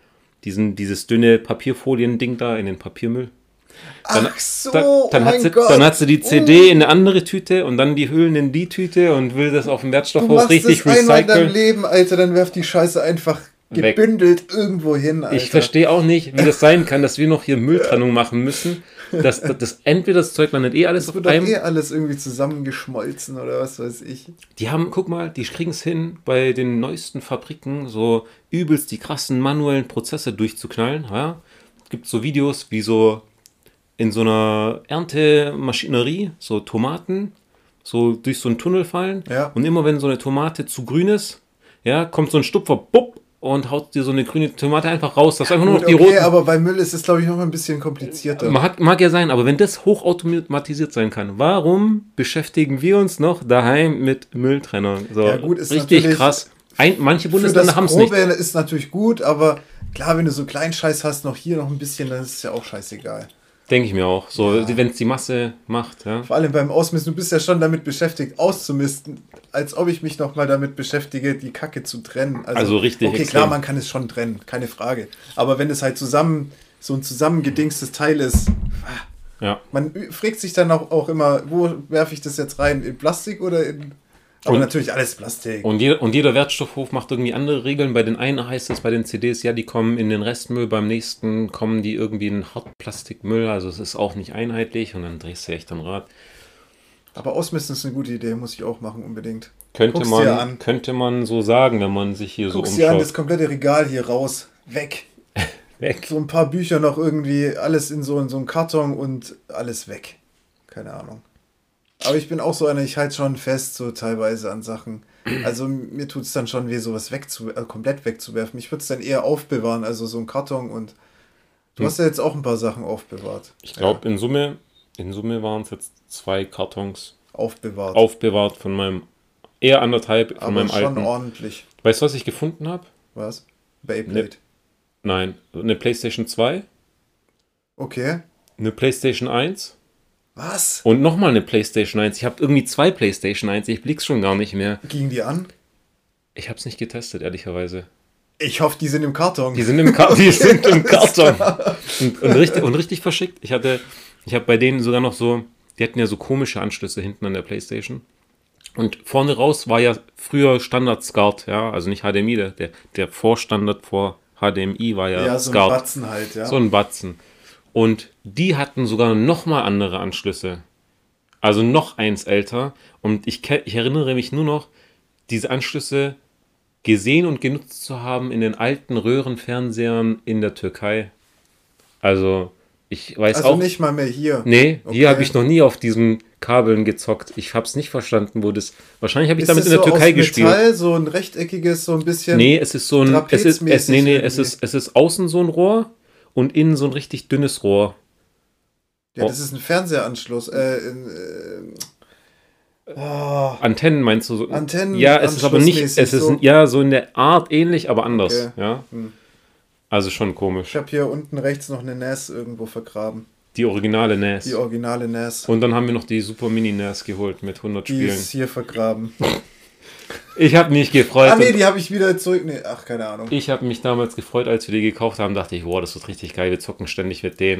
dieses dünne Papierfolien-Ding da in den Papiermüll. Dann, Ach so, dann, oh hat mein sie, Gott. dann hat sie die CD in eine andere Tüte und dann die Hüllen in die Tüte und will das auf dem Du Wertstoffhof machst richtig das einmal in deinem recyceln. Leben, Alter, dann werf die Scheiße einfach Weg. gebündelt irgendwo hin, Alter. Ich verstehe auch nicht, wie das sein kann, dass wir noch hier Mülltrennung machen müssen. Dass entweder das Zeug landet alles Das auf wird doch einem. alles irgendwie zusammengeschmolzen oder was weiß ich. Die haben, guck mal, die kriegen es hin, bei den neuesten Fabriken so übelst die krassen manuellen Prozesse durchzuknallen. Ja? Es gibt so Videos, wie so in so einer Erntemaschinerie so Tomaten so durch so einen Tunnel fallen. Ja. Und immer wenn so eine Tomate zu grün ist, ja, kommt so ein Stupfer, bupp, und haut dir so eine grüne Tomate einfach raus. Das ist einfach nur Gut, noch die okay, roten. aber bei Müll ist es, glaube ich, noch ein bisschen komplizierter. Mag ja sein, aber wenn das hochautomatisiert sein kann, warum beschäftigen wir uns noch daheim mit Mülltrennern? So, Ja, gut, ist richtig natürlich krass. Manche Für Bundesländer das haben es nicht. Grobe ist natürlich gut, aber klar, wenn du so kleinen Scheiß hast, noch hier noch ein bisschen, dann ist es ja auch scheißegal. Denke ich mir auch. So, Ja. wenn es die Masse macht, ja. Vor allem beim Ausmisten, du bist ja schon damit beschäftigt, auszumisten, als ob ich mich nochmal damit beschäftige, die Kacke zu trennen. Also richtig Okay, extrem. klar, man kann es schon trennen, keine Frage. Aber wenn es halt zusammen, so ein zusammengedingstes Teil ist, Ja. man fragt sich dann auch immer, wo werfe ich das jetzt rein? In Plastik oder in... Aber Und- natürlich alles Plastik. Und jeder Wertstoffhof macht irgendwie andere Regeln. Bei den einen heißt es bei den CDs, ja, die kommen in den Restmüll, beim nächsten kommen die irgendwie in Hartplastikmüll. Also es ist auch nicht einheitlich und dann drehst du echt am Rad. Aber Ausmisten ist eine gute Idee, muss ich auch machen unbedingt. Könnte Guck's dir an. man so sagen, wenn man sich hier Guckst so dir an, das umschaut. komplette Regal hier raus, weg. Weg. So ein paar Bücher noch irgendwie, alles in so einen Karton und alles weg. Keine Ahnung. Aber ich bin auch so einer, ich halte schon fest, so teilweise an Sachen. Also mir tut es dann schon weh, sowas komplett wegzuwerfen. Ich würde es dann eher aufbewahren, also so ein Karton und du hast ja jetzt auch ein paar Sachen aufbewahrt. Ich glaube, in Summe waren es jetzt 2 Kartons Aufbewahrt. aufbewahrt von meinem, eher anderthalb von aber meinem schon alten. ordentlich. Weißt du, was ich gefunden habe? Was? Beyblade. Nein, eine PlayStation 2, Okay. eine PlayStation 1 Was? und nochmal eine PlayStation 1. Ich habe irgendwie 2 PlayStation 1, ich blick's schon gar nicht mehr. Gingen die an? Ich habe es nicht getestet, ehrlicherweise. Ich hoffe, die sind im Karton. Die sind im Karton. Und richtig verschickt. Ich habe bei denen sogar noch so, die hatten ja so komische Anschlüsse hinten an der PlayStation. Und vorne raus war ja früher Standard SCART, ja, also nicht HDMI, der Vorstandard vor HDMI war ja, Ja, so ein SCART. Batzen halt, ja. So ein Batzen. Und die hatten sogar noch mal andere Anschlüsse. Also noch eins älter. Und ich erinnere mich nur noch, diese Anschlüsse gesehen und genutzt zu haben in den alten Röhrenfernsehern in der Türkei. Also ich weiß Also auch. nicht mal mehr hier. Nee, Okay. hier habe ich noch nie auf diesen Kabeln gezockt. Ich habe es nicht verstanden, wo das. Wahrscheinlich habe ich Ist damit es in der so Türkei aus gespielt. Metall, so ein rechteckiges, so ein bisschen Nee, es ist so ein. trapezmäßig Nee, irgendwie. es ist außen so ein Rohr und innen so ein richtig dünnes Rohr. Ja, Oh, das ist ein Fernsehanschluss. Oh, Antennen meinst du so? Antennenanschlussmäßig Ja, es ist aber nicht. Es ist so. ja so in der Art ähnlich, aber anders. Okay. Ja, Hm. also schon Ich komisch. habe hier unten rechts noch eine NAS irgendwo vergraben. Die originale Die NES. originale NAS. Und dann haben wir noch die Super Mini NES geholt mit 100 Die Spielen. ist hier vergraben. Ich habe mich gefreut. Ah nee, und die habe ich wieder zurück. Nee, ach, keine Ahnung. Ich habe mich damals gefreut, als wir die gekauft haben. Dachte ich, wow, das wird richtig geil. Wir zocken ständig mit denen.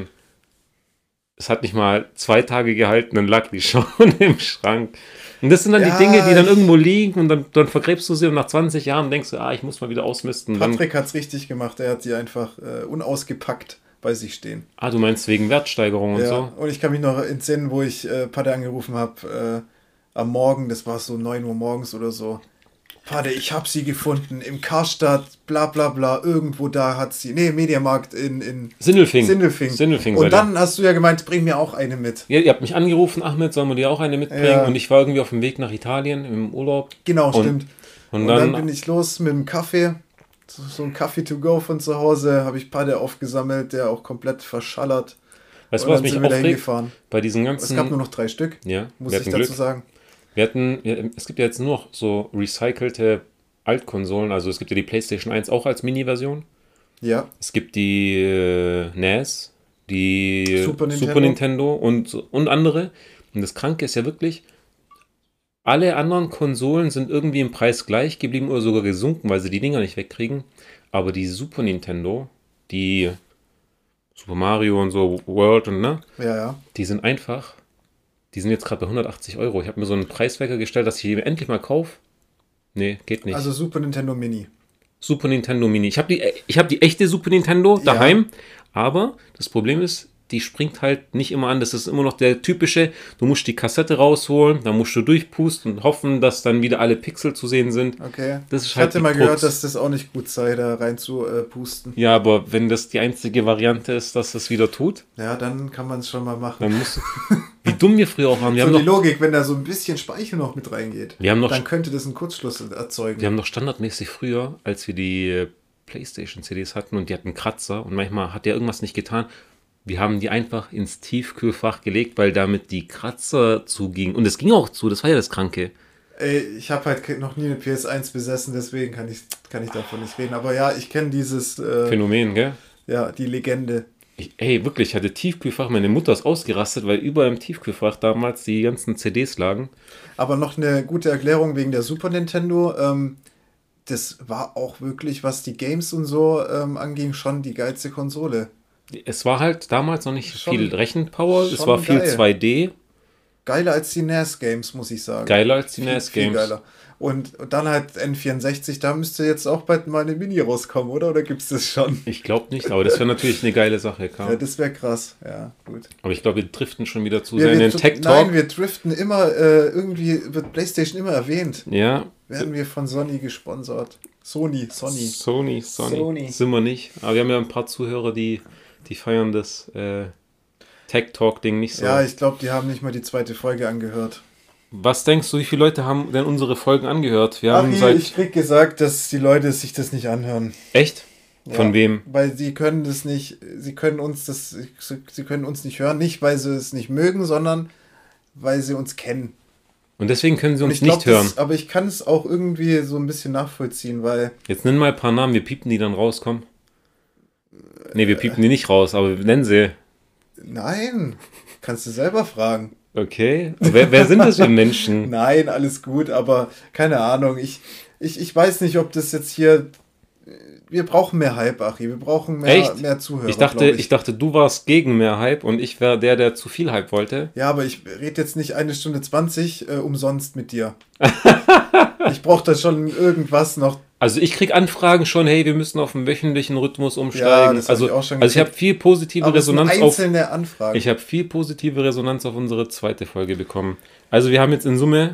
Es hat nicht mal 2 Tage gehalten, dann lag die schon im Schrank. Und das sind dann Ja, die Dinge, die dann irgendwo liegen und dann vergräbst du sie und nach 20 Jahren denkst du, ich muss mal wieder ausmisten. Dann, Patrick hat's richtig gemacht. Er hat die einfach unausgepackt bei sich stehen. du meinst wegen Wertsteigerung und Ja, so? und ich kann mich noch entsinnen, wo ich Pater angerufen habe am Morgen, das war so 9 Uhr morgens oder so. Pater, ich habe sie gefunden im Karstadt, bla bla bla, irgendwo da hat sie. Nee, Mediamarkt in Sindelfing. Sindelfing. Und seid ihr. dann hast du ja gemeint, bring mir auch eine mit. Ja, ihr habt mich angerufen, Ahmed, sollen wir dir auch eine mitbringen? Ja. Und ich war irgendwie auf dem Weg nach Italien im Urlaub. Genau, Und- stimmt. Und Und dann dann, bin ich los mit dem Kaffee. So ein Kaffee to go von zu Hause, habe ich Pater aufgesammelt, der auch komplett verschallert. weißt du, Und was dann mich sind wir da aufregt? hingefahren. Bei diesen Es ganzen... gab nur noch 3 Stück, ja, muss wir ich hatten dazu Glück. sagen. Es gibt ja jetzt nur noch so recycelte Altkonsolen. Also es gibt ja die PlayStation 1 auch als Mini-Version. Ja, Es gibt die NES, die Super Super Nintendo. Nintendo und andere. Und das Kranke ist ja wirklich, alle anderen Konsolen sind irgendwie im Preis gleich geblieben oder sogar gesunken, weil sie die Dinger nicht wegkriegen. Aber die Super Nintendo, die Super Mario und so World und ne, ja. die sind einfach, die sind jetzt gerade bei 180 Euro. Ich habe mir so einen Preiswecker gestellt, dass ich die endlich mal kaufe. Nee, geht nicht. Also Super Nintendo Mini. Super Nintendo Mini. Ich hab die echte Super Nintendo daheim, aber das Problem ist, die springt halt nicht immer an. Das ist immer noch der typische, du musst die Kassette rausholen, dann musst du durchpusten und hoffen, dass dann wieder alle Pixel zu sehen sind. Okay. Das ist Ich halt hatte die mal Krux. gehört, dass das auch nicht gut sei, da rein zu pusten. Ja, aber wenn das die einzige Variante ist, dass das wieder tut, Ja, dann kann man es schon mal machen. dann musst du... Wie dumm wir früher auch waren. Wir So haben die doch, Logik, wenn da so ein bisschen Speichel noch mit reingeht, wir haben noch, dann könnte das einen Kurzschluss erzeugen. wir haben doch standardmäßig früher, als wir die PlayStation-CDs hatten und die hatten Kratzer und manchmal hat der irgendwas nicht getan, wir haben die einfach ins Tiefkühlfach gelegt, weil damit die Kratzer zugingen. Und es ging auch zu, das war ja das Kranke. Ey, ich habe halt noch nie eine PS1 besessen, deswegen kann ich davon nicht reden. Aber ja, ich kenne dieses, Phänomen, gell? ja, die Legende. Wirklich, ich hatte Tiefkühlfach, meine Mutter ist ausgerastet, weil überall im Tiefkühlfach damals die ganzen CDs lagen. Aber noch eine gute Erklärung wegen der Super Nintendo. Das war auch wirklich, was die Games und so anging, schon die geilste Konsole. Es war halt damals noch nicht Schon- viel Rechenpower, es schon war viel geil. 2D, Geiler als die NES-Games, muss ich sagen. geiler als die Viel NES-Games. geiler. Und dann halt N64, da müsste jetzt auch bald mal eine Mini rauskommen, oder? Oder gibt es das schon? Ich glaube nicht, aber das wäre natürlich eine geile Sache, Ja, Karl. das wäre krass. Ja, gut. Aber ich glaube, wir driften schon wieder zu Wir- sehr in wir den dr- Tech Nein, Talk. wir driften immer, irgendwie wird PlayStation immer erwähnt. Ja, Werden wir von Sony gesponsert. Sony. Sony. Sony. Sind wir nicht. Aber wir haben ja ein paar Zuhörer, die feiern das Tech Talk-Ding nicht so. Ja, ich glaube, die haben nicht mal die 2. Folge angehört. Was denkst du, wie viele Leute haben denn unsere Folgen angehört? Wir haben Ach, ich krieg gesagt, dass die Leute sich das nicht anhören. Echt? Von Ja, wem? Weil sie können das nicht, sie können uns nicht hören, nicht weil sie es nicht mögen, sondern weil sie uns kennen. Und deswegen können sie Und uns ich glaub, nicht hören. aber ich kann es auch irgendwie so ein bisschen nachvollziehen, weil Jetzt nenn mal ein paar Namen, wir piepen die dann raus, komm. Nee, wir piepen die nicht raus, aber wir nennen sie. nein, kannst du selber fragen. Okay. Wer sind das für Menschen? Nein, alles gut, aber keine Ahnung. Ich weiß nicht, ob das jetzt hier. Wir brauchen mehr Hype, Achi. Wir brauchen Echt? mehr Zuhörer. Ich dachte, du warst gegen mehr Hype und ich wäre der zu viel Hype wollte. Ja, aber ich rede jetzt nicht 1 Stunde 20 umsonst mit dir. Ich brauche da schon irgendwas noch Also ich kriege Anfragen schon, hey, wir müssen auf einen wöchentlichen Rhythmus Ja, umsteigen. das habe ich auch schon Also ich habe gekriegt. viel positive Aber es sind Resonanz auf. einzelne Anfragen. Ich habe viel positive Resonanz auf unsere zweite Folge bekommen. Also wir haben jetzt in Summe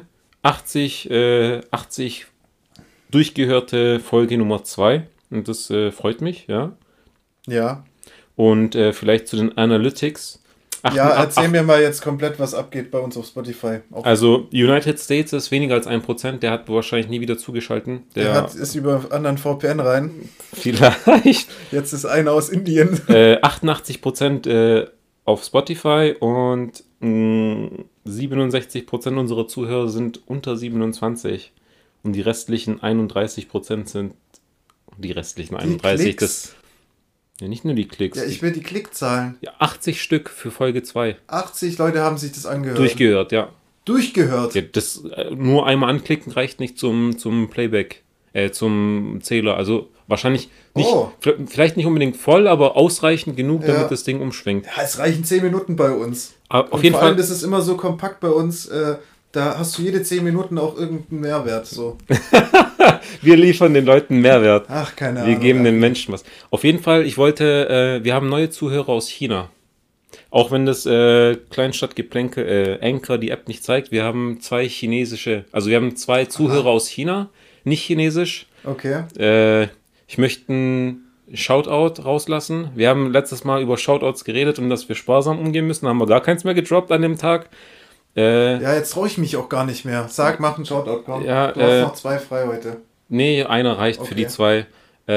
80 durchgehörte Folge Nummer 2 und das freut mich, ja. Ja. Und vielleicht zu den Analytics. Ja, erzähl mir mal jetzt komplett, was abgeht bei uns auf Spotify. Also United States ist weniger als 1%, der hat wahrscheinlich nie wieder zugeschalten. Ist über anderen VPN rein. Vielleicht. Jetzt ist einer aus Indien. 88% auf Spotify und 67% unserer Zuhörer sind unter 27 und die restlichen 31% sind die restlichen 31. Das, ja, nicht nur die Klicks. Ja, ich will die Klickzahlen. Ja, 80 Stück für Folge 2. 80 Leute haben sich das angehört. Durchgehört, ja. Durchgehört? Ja, das nur einmal anklicken reicht nicht zum Playback, zum Zähler. Also wahrscheinlich nicht, vielleicht nicht unbedingt voll, aber ausreichend genug, damit das Ding umschwenkt. Ja, es reichen 10 Minuten bei uns. Auf jeden Fall. Vor allem, Fall. das ist immer so kompakt bei uns. Da hast du jede 10 Minuten auch irgendeinen Mehrwert. So. Wir liefern den Leuten Mehrwert. Ach, keine Ahnung. Wir geben den Menschen was. Auf jeden Fall, wir haben neue Zuhörer aus China. Auch wenn das Kleinstadtgeplänkel Anchor die App nicht zeigt, wir haben zwei Zuhörer aus China, nicht chinesisch. Okay. Ich möchte einen Shoutout rauslassen. Wir haben letztes Mal über Shoutouts geredet und dass wir sparsam umgehen müssen. Da haben wir gar keins mehr gedroppt an dem Tag. Ja, jetzt traue ich mich auch gar nicht mehr. Sag, mach einen Shoutout, komm. Ja, du hast noch 2 frei heute. Nee, einer reicht für die 2.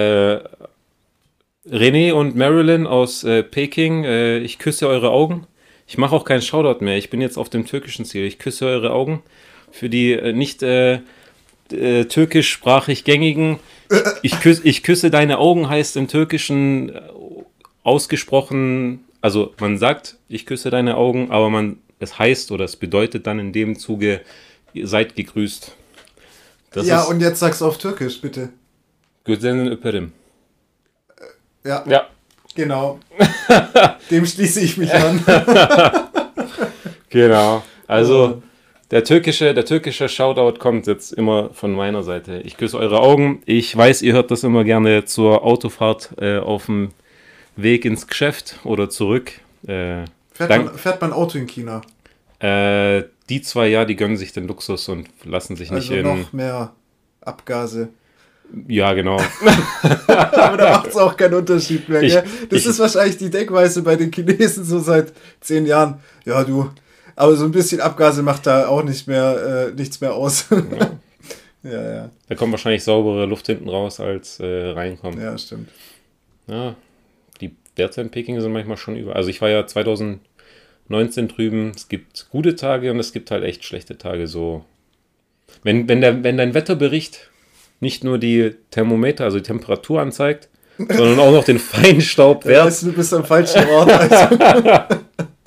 René und Marilyn aus Peking, ich küsse eure Augen. Ich mache auch keinen Shoutout mehr. Ich bin jetzt auf dem türkischen Ziel. Ich küsse eure Augen. Für die nicht türkischsprachig gängigen. Ich küsse deine Augen heißt im Türkischen ausgesprochen, also man sagt, ich küsse deine Augen, aber es heißt oder es bedeutet dann in dem Zuge, ihr seid gegrüßt. Und jetzt sag's auf Türkisch, bitte. Güzel'in öperim. Ja. Genau. Dem schließe ich mich an. Genau. Also der türkische Shoutout kommt jetzt immer von meiner Seite. Ich küsse eure Augen. Ich weiß, ihr hört das immer gerne zur Autofahrt auf dem Weg ins Geschäft oder zurück. Fährt man Auto in China? Die 2, die gönnen sich den Luxus und lassen sich nicht also noch mehr Abgase. Ja, genau. Aber da macht es auch keinen Unterschied mehr, gell? Das ist wahrscheinlich die Denkweise bei den Chinesen so seit 10 Jahren. Ja, aber so ein bisschen Abgase macht da auch nichts mehr aus. Ja. Da kommt wahrscheinlich saubere Luft hinten raus, als reinkommt. Ja, stimmt. Ja, die Werte in Peking sind manchmal schon über. Also ich war ja 2019 drüben. Es gibt gute Tage und es gibt halt echt schlechte Tage. So, wenn dein Wetterbericht nicht nur die Thermometer, also die Temperatur anzeigt, sondern auch noch den Feinstaubwert. Weißt du bist am falschen Ort. Also.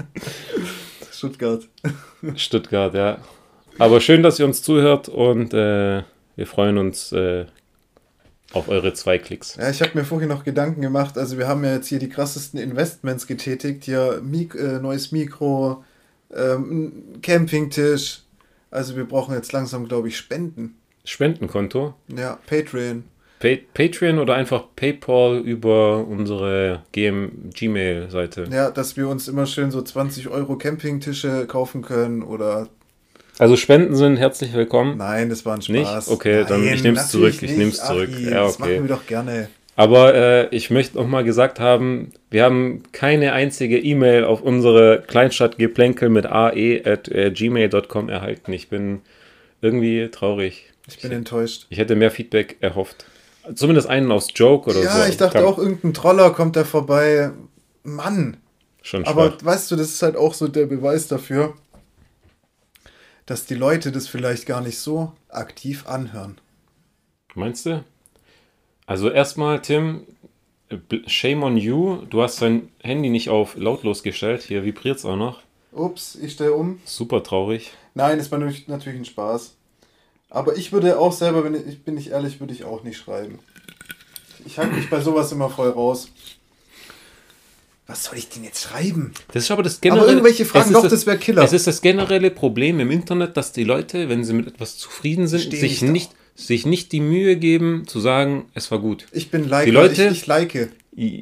Stuttgart, ja. Aber schön, dass ihr uns zuhört und wir freuen uns auf eure 2 Klicks. Ja, ich habe mir vorhin noch Gedanken gemacht. Also wir haben ja jetzt hier die krassesten Investments getätigt. Hier neues Mikro, Campingtisch. Also wir brauchen jetzt langsam, glaube ich, Spenden. Spendenkonto? Ja, Patreon. Patreon oder einfach PayPal über unsere Gmail-Seite. Ja, dass wir uns immer schön so 20 € Campingtische kaufen können oder... Also Spenden sind herzlich willkommen. Nein, das war ein Spaß. Nicht? Okay, dann ich nehme es zurück. Ja, das machen wir doch gerne. Aber ich möchte noch mal gesagt haben, wir haben keine einzige E-Mail auf unsere Kleinstadtgeplänkel mit ae@gmail.com erhalten. Ich bin irgendwie traurig. Ich bin enttäuscht. Ich hätte mehr Feedback erhofft. Zumindest einen aus Joke oder so. Ja, ich dachte auch, irgendein Troller kommt da vorbei. Mann. Schon schwach. Aber weißt du, das ist halt auch so der Beweis dafür, dass die Leute das vielleicht gar nicht so aktiv anhören. Meinst du? Also erstmal, Tim, shame on you. Du hast dein Handy nicht auf lautlos gestellt. Hier vibriert es auch noch. Ups, ich stelle um. Super traurig. Nein, das war natürlich ein Spaß. Aber ich würde auch selber, bin ich ehrlich, würde ich auch nicht schreiben. Ich halte mich bei sowas immer voll raus. Was soll ich denn jetzt schreiben? Das ist aber das generelle... Aber irgendwelche Fragen, doch, das wäre Killer. Es ist das generelle Problem im Internet, dass die Leute, wenn sie mit etwas zufrieden sind, sich sich nicht die Mühe geben, zu sagen, es war gut. Ich bin Liker, Die Leute, ich like.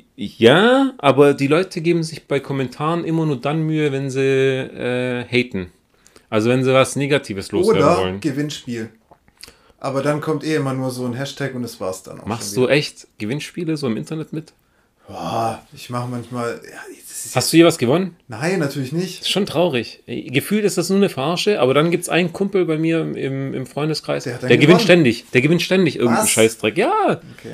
ja, aber die Leute geben sich bei Kommentaren immer nur dann Mühe, wenn sie haten. Also wenn sie was Negatives loswerden Oder wollen. Gewinnspiel. Aber dann kommt immer nur so ein Hashtag und das war's dann auch. Machst schon du echt Gewinnspiele so im Internet mit? Boah, ich mache manchmal. Ja, Hast du hier was gewonnen? Nein, natürlich nicht. Das ist schon traurig. Gefühlt ist das nur eine Verarsche, aber dann gibt es einen Kumpel bei mir im Freundeskreis, Der hat dann der gewinnt gewonnen. ständig. Der gewinnt ständig irgendeinen Was? Scheißdreck. Ja, Okay.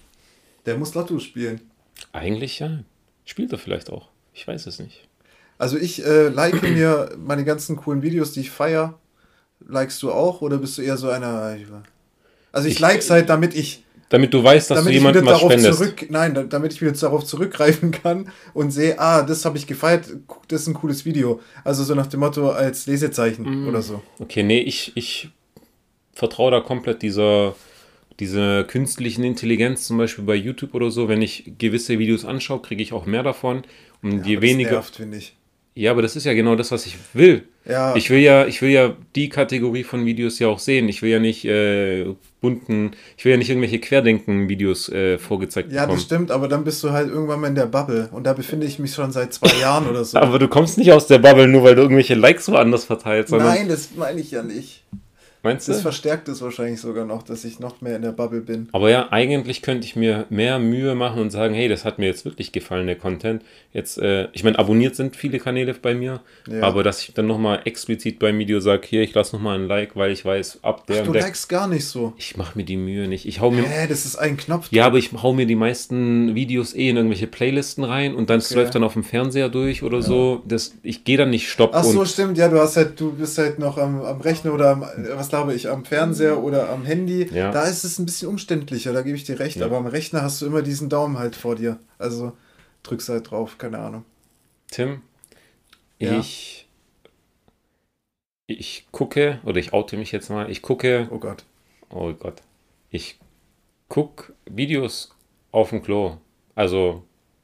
Der muss Lotto spielen. eigentlich ja. Spielt er vielleicht auch. Ich weiß es nicht. Also ich like mir meine ganzen coolen Videos, die ich feiere. Likest du auch oder bist du eher so einer? Also ich likes halt, damit du weißt, dass du ich jemandem wieder was spendest. damit ich wieder darauf zurückgreifen kann und sehe, das habe ich gefeiert, das ist ein cooles Video. Also so nach dem Motto als Lesezeichen oder so. Okay, nee, ich vertraue da komplett dieser künstlichen Intelligenz, zum Beispiel bei YouTube oder so. Wenn ich gewisse Videos anschaue, kriege ich auch mehr davon. Und je Aber das weniger. nervt, finde ich. Ja, aber das ist ja genau das, was ich will. Ja. Ich will ja die Kategorie von Videos ja auch sehen. Ich will ja nicht ich will ja nicht irgendwelche Querdenken-Videos vorgezeigt Ja, bekommen. das stimmt, aber dann bist du halt irgendwann mal in der Bubble. Und da befinde ich mich schon seit 2 Jahren oder so. Aber du kommst nicht aus der Bubble, nur weil du irgendwelche Likes woanders verteilst, sondern. Nein, das meine ich ja nicht. Meinst Das du? verstärkt es wahrscheinlich sogar noch, dass ich noch mehr in der Bubble bin. Aber ja, eigentlich könnte ich mir mehr Mühe machen und sagen, hey, das hat mir jetzt wirklich gefallen, der Content. Jetzt, ich meine, abonniert sind viele Kanäle bei mir, Ja. aber dass ich dann nochmal explizit beim Video sage, hier, ich lasse nochmal ein Like, weil ich weiß, ab der Du und der. likest gar nicht so. Ich mache mir die Mühe nicht. Ich hau mir. Das ist ein Knopf. Ja, aber ich hau mir die meisten Videos in irgendwelche Playlisten rein und dann Okay. läuft dann auf dem Fernseher durch oder so. Ich gehe dann nicht stopp Ach so, und stimmt, ja, du bist halt noch am Rechner oder was glaube ich, am Fernseher oder am Handy. Ja. Da ist es ein bisschen umständlicher, da gebe ich dir recht. Ja. Aber am Rechner hast du immer diesen Daumen halt vor dir. Also drückst halt drauf, keine Ahnung. Tim, Ja. ich gucke, oder ich oute mich jetzt mal, Oh Gott. ich gucke Videos auf dem Klo. Also,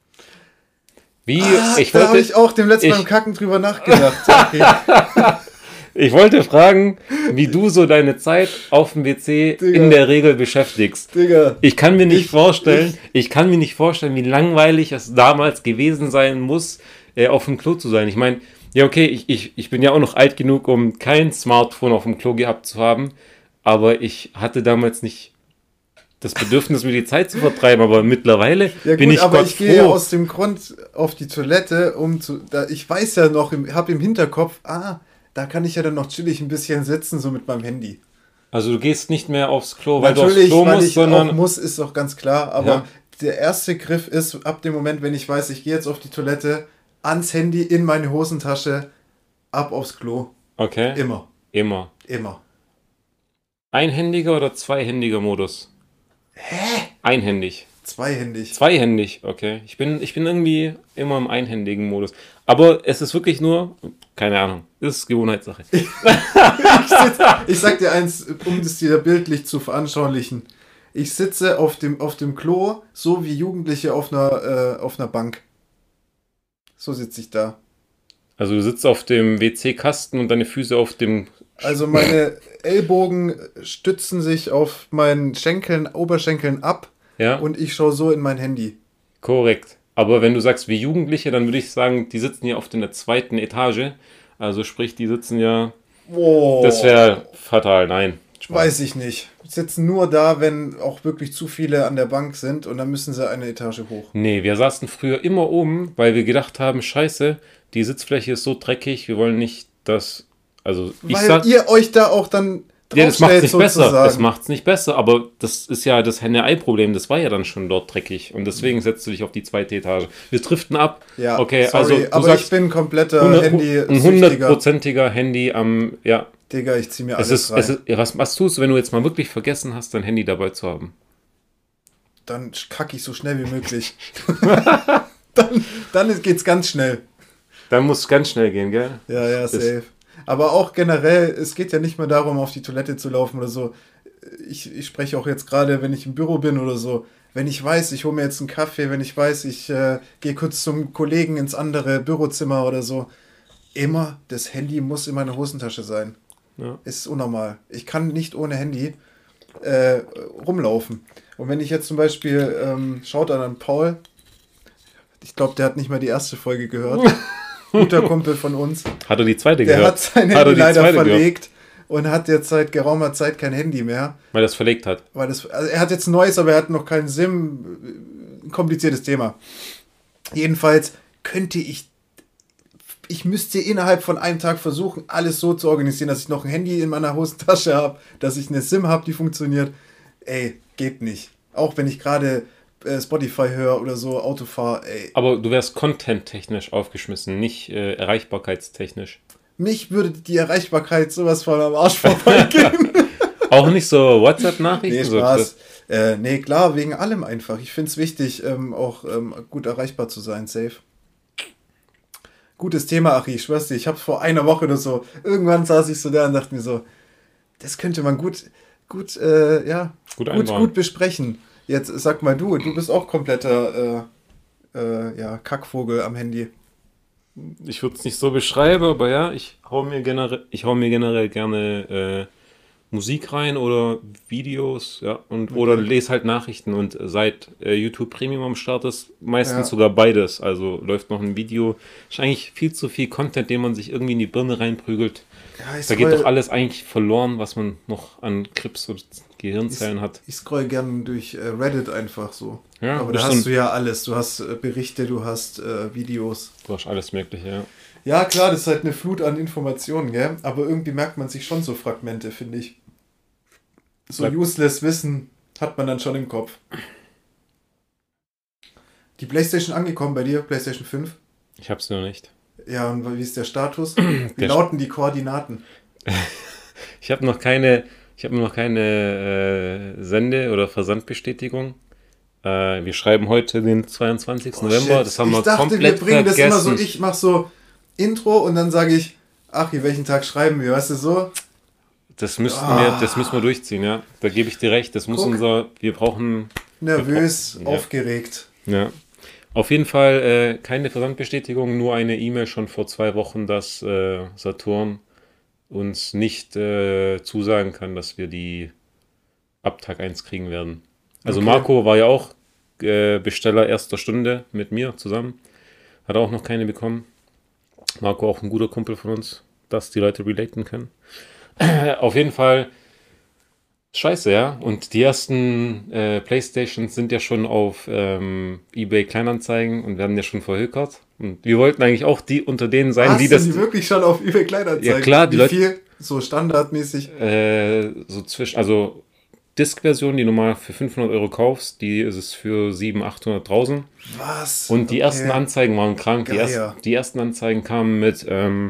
wie, ich Da habe wollte, ich auch dem letzten ich- beim Kacken drüber nachgedacht. Okay. ich wollte fragen, wie du so deine Zeit auf dem WC Digga. in der Regel beschäftigst. Digga. Ich kann mir nicht vorstellen, wie langweilig es damals gewesen sein muss, auf dem Klo zu sein. Ich meine, ja okay, ich bin ja auch noch alt genug, um kein Smartphone auf dem Klo gehabt zu haben, aber ich hatte damals nicht das Bedürfnis, mir die Zeit zu vertreiben, aber mittlerweile Ja bin gut, ich aber Gott ich gehe ja froh. aus dem Grund auf die Toilette, ich weiß ja noch, habe im Hinterkopf, da kann ich ja dann noch chillig ein bisschen sitzen, so mit meinem Handy. Also du gehst nicht mehr aufs Klo, weil du aufs Natürlich, Klo weil musst, ich sondern auch muss, ist doch ganz klar, aber Ja. der erste Griff ist ab dem Moment, wenn ich weiß, ich gehe jetzt auf die Toilette, ans Handy, in meine Hosentasche, ab aufs Klo. okay, Immer, immer. immer. Einhändiger oder zweihändiger Modus? Einhändig. Zweihändig. Zweihändig, okay. Ich bin irgendwie immer im einhändigen Modus. Aber es ist wirklich nur, keine Ahnung, ist Gewohnheitssache. Ich sag dir eins, um das dir bildlich zu veranschaulichen. Ich sitze auf dem Klo, so wie Jugendliche auf einer Bank. So sitze ich da. Also du sitzt auf dem WC-Kasten und deine Füße auf dem. Also meine Ellbogen stützen sich auf meinen Oberschenkeln ab Ja, und ich schaue so in mein Handy. korrekt. Aber wenn du sagst wie Jugendliche, dann würde ich sagen, die sitzen ja oft in der zweiten Etage. Also sprich, die sitzen ja. Wow. Das wäre fatal, nein. Spaß. Weiß ich nicht. Sitzen nur da, wenn auch wirklich zu viele an der Bank sind und dann müssen sie eine Etage hoch. Nee, wir saßen früher immer oben, weil wir gedacht haben, scheiße, die Sitzfläche ist so dreckig, wir wollen nicht, dass. Also ich Weil sag. ihr euch da auch dann Ja, das macht es nicht besser. sozusagen. Das macht es nicht besser, aber das ist ja das Henne-Ei-Problem. Das war ja dann schon dort dreckig und deswegen setzt du dich auf die zweite Etage. Wir driften ab. Ja, okay, sorry, also du aber sagst ich bin kompletter ein Handy-Süchtiger. 100%iger Handy am, ja. Digga, ich zieh mir Es alles ist, rein. es ist, ja, was tust du, wenn du jetzt mal wirklich vergessen hast, dein Handy dabei zu haben? Dann kacke ich so schnell wie möglich. dann geht's ganz schnell. Dann muss es ganz schnell gehen, gell? Ja, safe. Aber auch generell, es geht ja nicht mehr darum, auf die Toilette zu laufen oder so. Ich spreche auch jetzt gerade, wenn ich im Büro bin oder so. Wenn ich weiß, ich hole mir jetzt einen Kaffee, wenn ich weiß, ich gehe kurz zum Kollegen ins andere Bürozimmer oder so. Immer, das Handy muss in meiner Hosentasche sein. Ja. Ist unnormal. Ich kann nicht ohne Handy. rumlaufen. Und wenn ich jetzt zum Beispiel, schaut an Paul, ich glaube, der hat nicht mal die erste Folge gehört. Guter Kumpel von uns. Hat er die zweite Der gehört? hat sein Hat er Handy die leider zweite verlegt und hat jetzt seit geraumer Zeit kein Handy mehr. Weil er es verlegt hat. Also er hat jetzt ein neues, aber er hat noch keinen SIM. Ein kompliziertes Thema. Jedenfalls könnte ich müsste innerhalb von einem Tag versuchen, alles so zu organisieren, dass ich noch ein Handy in meiner Hosentasche habe, dass ich eine SIM habe, die funktioniert. Ey, geht nicht. Auch wenn ich gerade Spotify höre oder so, Auto fahre, ey. Aber du wärst content-technisch aufgeschmissen, nicht erreichbarkeitstechnisch. Mich würde die Erreichbarkeit sowas von am Arsch vorbeigehen. Auch nicht so WhatsApp-Nachrichten? Nee, So, Spaß. Nee, klar, wegen allem einfach. Ich finde es wichtig, auch gut erreichbar zu sein, safe. Gutes Thema, Achi, ich schwör's dir, ich hab's vor einer Woche oder so, irgendwann saß ich so da und dachte mir so, das könnte man gut besprechen. Jetzt sag mal du bist auch kompletter Kackvogel am Handy. ich würde es nicht so beschreiben, aber ja, ich hau mir generell gerne Musik rein oder Videos, ja, oder lese halt Nachrichten und seit YouTube Premium am Start ist, meistens sogar beides. Also läuft noch ein Video. Ist eigentlich viel zu viel Content, den man sich irgendwie in die Birne reinprügelt. Ja, Da geht doch alles eigentlich verloren, was man noch an Krebs und Gehirnzellen hat. Ich scroll gern durch Reddit einfach so. Ja, aber da hast du ja alles. Du hast Berichte, du hast Videos. Du hast alles Mögliche, ja. Ja, klar, das ist halt eine Flut an Informationen, gell? Aber irgendwie merkt man sich schon so Fragmente, finde ich. So useless Wissen hat man dann schon im Kopf. Die PlayStation angekommen bei dir, PlayStation 5? Ich hab's noch nicht. Ja, und wie ist der Status? Wie lauten die Koordinaten? Ich habe noch keine Sende- oder Versandbestätigung. Wir schreiben heute den 22. November. Shit. Das haben wir Ich dachte, komplett wir bringen vergessen. das immer so, ich mache so Intro und dann sage ich, ach, welchen Tag schreiben wir, weißt du so? Das müssen wir durchziehen, ja. Da gebe ich dir recht. Das muss wir brauchen... Nervös, aufgeregt. Ja. Auf jeden Fall keine Versandbestätigung, nur eine E-Mail schon vor 2 Wochen, dass Saturn uns nicht zusagen kann, dass wir die ab Tag 1 kriegen werden. Also Okay. Marco war ja auch Besteller erster Stunde mit mir zusammen. Hat auch noch keine bekommen. Marco auch ein guter Kumpel von uns, dass die Leute relaten können. Auf jeden Fall scheiße, ja. Und die ersten Playstations sind ja schon auf eBay Kleinanzeigen und werden ja schon verhökert. Und wir wollten eigentlich auch die unter denen sein, die das... die wirklich schon auf eBay Kleinanzeigen? Ja klar, die Wie Leute... viel? So standardmäßig? Also Disk-Version, die du normal für 500 Euro kaufst, die ist es für 700.000, 800.000. Was? Und die ersten Anzeigen waren krank. Geil. Die ersten Anzeigen kamen mit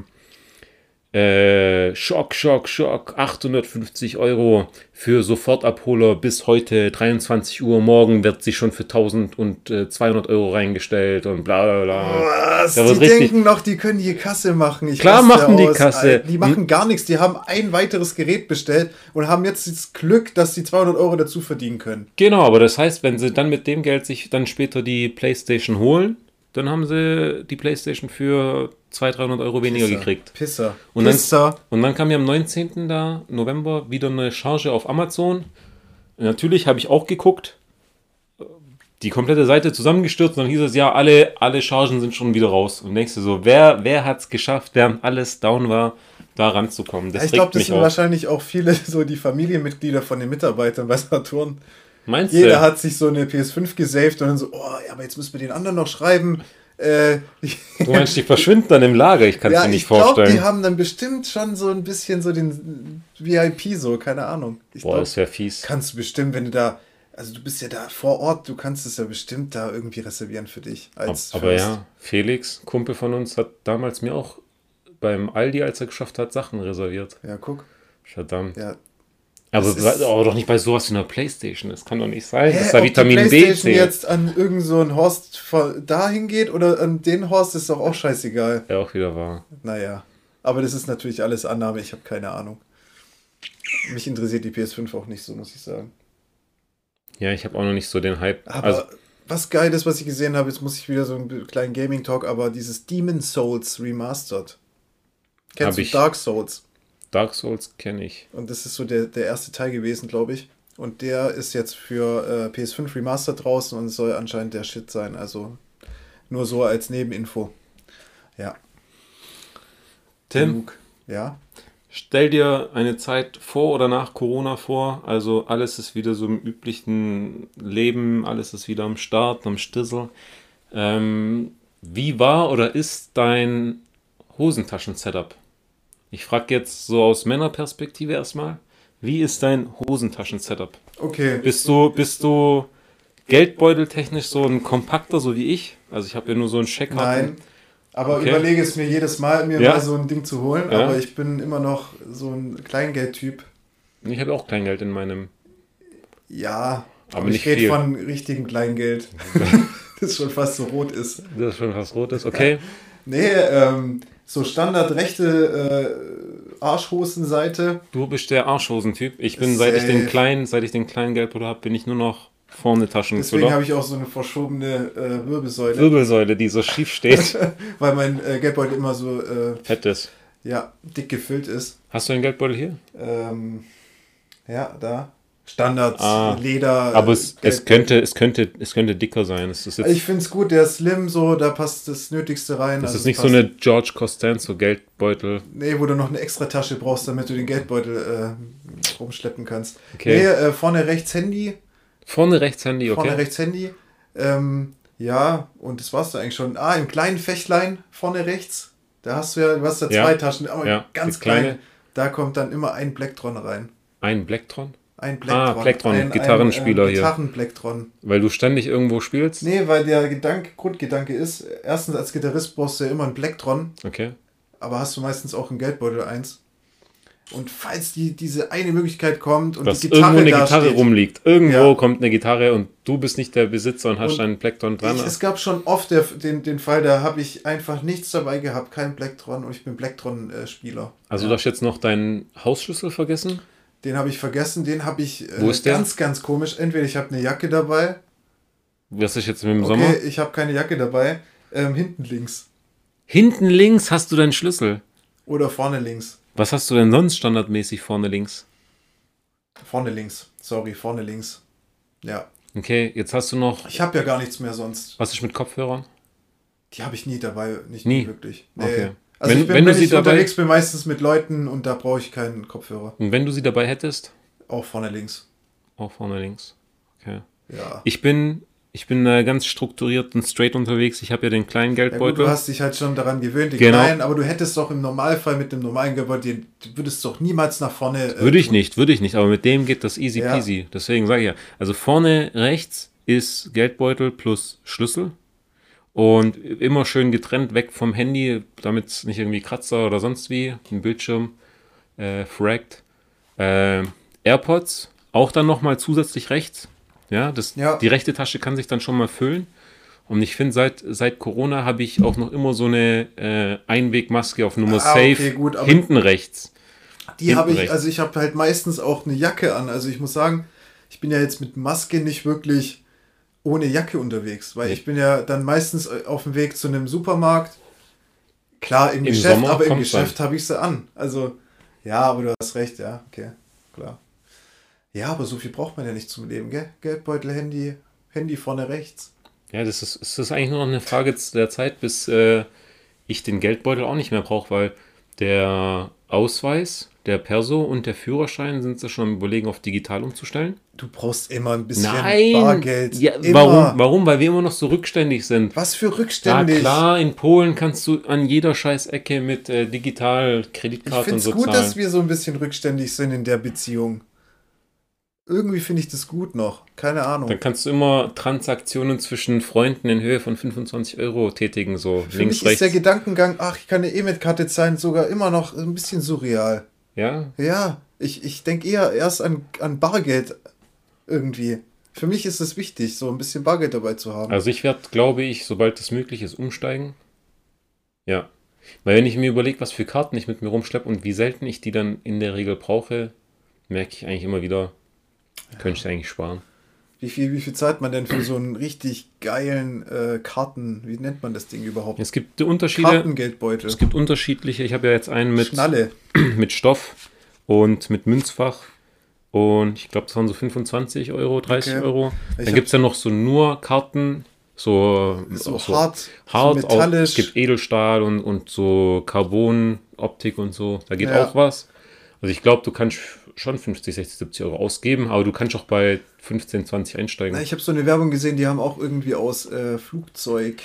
Schock, 850 Euro für Sofortabholer bis heute 23 Uhr. Morgen wird sie schon für 1.200 Euro reingestellt und bla bla bla. Was? Die denken noch, die können hier Kasse machen. Klar machen die Kasse. Die machen gar nichts. Die haben ein weiteres Gerät bestellt und haben jetzt das Glück, dass sie 200 Euro dazu verdienen können. Genau, aber das heißt, wenn sie dann mit dem Geld sich dann später die PlayStation holen, dann haben sie die PlayStation für 200-300 Euro weniger gekriegt. Pisser. Und dann kam ja am 19. November wieder eine Charge auf Amazon. Und natürlich habe ich auch geguckt, die komplette Seite zusammengestürzt und dann hieß es, ja, alle Chargen sind schon wieder raus. Und denkst du so, wer hat es geschafft, während alles down war, da ranzukommen? Das ich glaube, das mich sind auf. wahrscheinlich auch viele so die Familienmitglieder von den Mitarbeitern bei Saturn. Meinst Jeder du? hat sich so eine PS5 gesaved und dann so, oh, ja, aber jetzt müssen wir den anderen noch schreiben. Du meinst, die verschwinden dann im Lager? Ich kann es mir nicht vorstellen. Ich glaube, die haben dann bestimmt schon so ein bisschen so den VIP so, keine Ahnung. Das wäre fies. Kannst du bestimmt, wenn du da, also du bist ja da vor Ort, du kannst es ja bestimmt da irgendwie reservieren für dich. Aber ja, Felix, Kumpel von uns, hat damals mir auch beim Aldi, als er geschafft hat, Sachen reserviert. Ja, guck. Verdammt. Ja. Aber doch nicht bei sowas wie einer Playstation. Das kann doch nicht sein, dass da ob Vitamin die D PlayStation zählt. jetzt an irgend so einen Horst dahin geht oder an den Horst, ist doch auch scheißegal. Ja, auch wieder wahr. Naja, aber das ist natürlich alles Annahme, ich habe keine Ahnung. Mich interessiert die PS5 auch nicht so, muss ich sagen. Ja, ich habe auch noch nicht so den Hype. Aber was geil ist, was ich gesehen habe, jetzt muss ich wieder so einen kleinen Gaming-Talk, aber dieses Demon's Souls Remastered. Kennst du Dark Souls? Dark Souls kenne ich. Und das ist so der erste Teil gewesen, glaube ich. Und der ist jetzt für PS5 Remastered draußen und soll anscheinend der Shit sein. Also nur so als Nebeninfo. Ja. Tim, Genug. Ja. stell dir eine Zeit vor oder nach Corona vor. Also alles ist wieder so im üblichen Leben, alles ist wieder am Start, am Stissel. Wie war oder ist dein Hosentaschen-Setup? Ich frage jetzt so aus Männerperspektive erstmal. Wie ist dein Hosentaschen-Setup? Okay. Bist du geldbeuteltechnisch so ein Kompakter, so wie ich? Also ich habe ja nur so einen Scheckkarten. Nein. Aber Okay. überlege es mir jedes Mal, mir Ja. mal so ein Ding zu holen. Ja. Aber ich bin immer noch so ein Kleingeldtyp. Ich habe auch Kleingeld in meinem. Ja. Aber Aber nicht ich rede viel. von richtigem Kleingeld. Das schon fast so rot ist. Das ist schon was Rotes, okay. Nee, so Standard rechte Arschhosenseite. Du bist der Arschhosentyp. Ich bin, Safe. seit ich den kleinen Geldbeutel habe, bin ich nur noch vorne Deswegen Taschenfüller. habe ich auch so eine verschobene Wirbelsäule. Wirbelsäule, die so schief steht. Weil mein Geldbeutel immer so Fett ist. ja, dick gefüllt ist. Hast du einen Geldbeutel hier? Ja, da. Standard, Ah, Leder. Aber es Geldbeutel. könnte dicker sein. Es ist jetzt, Ich finde es gut, der ist slim, so, da passt das Nötigste rein. das also ist es nicht so passt. eine George Costanzo Geldbeutel. Nee, wo du noch eine extra Tasche brauchst, damit du den Geldbeutel rumschleppen kannst. Okay. Nee, vorne rechts Handy. Vorne rechts Handy, okay. Vorne rechts Handy. Ja, und das war's da eigentlich schon. Im kleinen Fächlein vorne rechts. Da hast du du hast da Ja. zwei Taschen, aber Ja, ganz die kleine. klein. Da kommt dann immer ein Blacktron rein. Ein Blacktron? Ein Blacktron. Blacktron, Gitarrenspieler hier. Gitarren-Blacktron. Weil du ständig irgendwo spielst? Nee, weil der Grundgedanke ist, erstens als Gitarrist brauchst du ja immer ein Blacktron, Okay. aber hast du meistens auch einen Geldbeutel eins. Und falls diese eine Möglichkeit kommt und Dass die Gitarre irgendwo eine da Gitarre steht, rumliegt. Irgendwo Ja. kommt eine Gitarre und du bist nicht der Besitzer und hast Und einen Blacktron dran. es gab schon oft den Fall, da habe ich einfach nichts dabei gehabt, kein Blacktron und ich bin Blacktron-Spieler. Also du hast jetzt noch deinen Hausschlüssel vergessen? Den habe ich vergessen, den habe ich Wo ist der? ganz, ganz komisch. Entweder ich habe eine Jacke dabei, Was ist jetzt mit dem okay, Sommer? ich habe keine Jacke dabei, hinten links Hinten links hast du deinen Schlüssel. oder vorne links. Was hast du denn sonst standardmäßig vorne links? Vorne links, sorry, vorne links. Ja, Okay, jetzt hast du noch. ich habe ja gar nichts mehr sonst. Was ist mit Kopfhörern? Die habe ich nie dabei, Nie? wirklich. Okay. Also Wenn- ich bin, wenn du wenn sie ich dabei- unterwegs bin, meistens mit Leuten und da brauche ich keinen Kopfhörer. Und wenn du sie dabei hättest? Auch vorne links. Auch vorne links. Okay. Ja. Ich bin ganz strukturiert und straight unterwegs. Ich habe ja den kleinen Ja gut, Geldbeutel. du hast dich halt schon daran gewöhnt, die Genau. kleinen, aber du hättest doch im Normalfall mit dem normalen Geldbeutel, du würdest doch niemals nach vorne... Würde ich tun. nicht, aber mit dem geht das easy Ja. peasy. Deswegen sage ich ja. Also vorne rechts ist Geldbeutel plus Schlüssel und immer schön getrennt weg vom Handy, damit es nicht irgendwie Kratzer oder sonst wie, ein Bildschirm fragt. AirPods auch dann nochmal zusätzlich rechts. Ja, Ja. die rechte Tasche kann sich dann schon mal füllen. Und ich finde, seit Corona habe ich auch noch immer so eine Einwegmaske auf Nummer okay, safe gut, aber- hinten rechts. Die habe ich, rechts. also ich habe halt meistens auch eine Jacke an. Also ich muss sagen, ich bin ja jetzt mit Maske nicht wirklich ohne Jacke unterwegs, weil ich bin ja dann meistens auf dem Weg zu einem Supermarkt. Klar, im Geschäft, Sommer aber im kommt's Geschäft habe ich sie an. Also, ja, aber du hast recht, ja, okay, klar. Ja, aber so viel braucht man ja nicht zum Leben, gell? Geldbeutel, Handy vorne rechts. Ja, es ist eigentlich nur noch eine Frage der Zeit, bis ich den Geldbeutel auch nicht mehr brauche, weil der Ausweis, der Perso und der Führerschein sind sie schon am Überlegen, auf digital umzustellen. Du brauchst immer ein bisschen Nein! Bargeld. Ja, Immer. warum? Weil wir immer noch so rückständig sind. Was für Ja, rückständig. klar, in Polen kannst du an jeder Scheiß-Ecke mit digital Ich Kreditkarte und finde es so gut, zahlen. dass wir so ein bisschen rückständig sind in der Beziehung. Irgendwie finde ich das gut noch. Keine Ahnung. Dann kannst du immer Transaktionen zwischen Freunden in Höhe von 25 Euro tätigen, so Für links, mich ist der rechts. Gedankengang, ach, ich kann eine E-Mail-Karte zahlen, sogar immer noch ein bisschen surreal. Ja, Ja, ich denke eher erst an Bargeld irgendwie. Für mich ist es wichtig, so ein bisschen Bargeld dabei zu haben. also ich werde, glaube ich, sobald es möglich ist, umsteigen. Ja. Weil wenn ich mir überlege, was für Karten ich mit mir rumschleppe und wie selten ich die dann in der Regel brauche, merke ich eigentlich immer wieder, könnte ich eigentlich sparen. Wie viel zahlt man denn für so einen richtig geilen Karten, wie nennt man das Ding überhaupt? Es gibt Unterschiede. Kartengeldbeutel. Es gibt unterschiedliche. Ich habe ja jetzt einen mit Schnalle. mit Stoff und mit Münzfach. Und ich glaube, das waren so 25 Euro, 30 Okay. Euro. Ich Dann gibt es ja noch so nur Karten, so, so auch so hart, so hart, auch, es metallisch. gibt Edelstahl und so Carbon-Optik und so. Da geht auch Ja. was. Also ich glaube, du kannst schon 50, 60, 70 Euro ausgeben, aber du kannst auch bei 15, 20 Na, einsteigen. ich habe so eine Werbung gesehen, die haben auch irgendwie aus Flugzeugmetall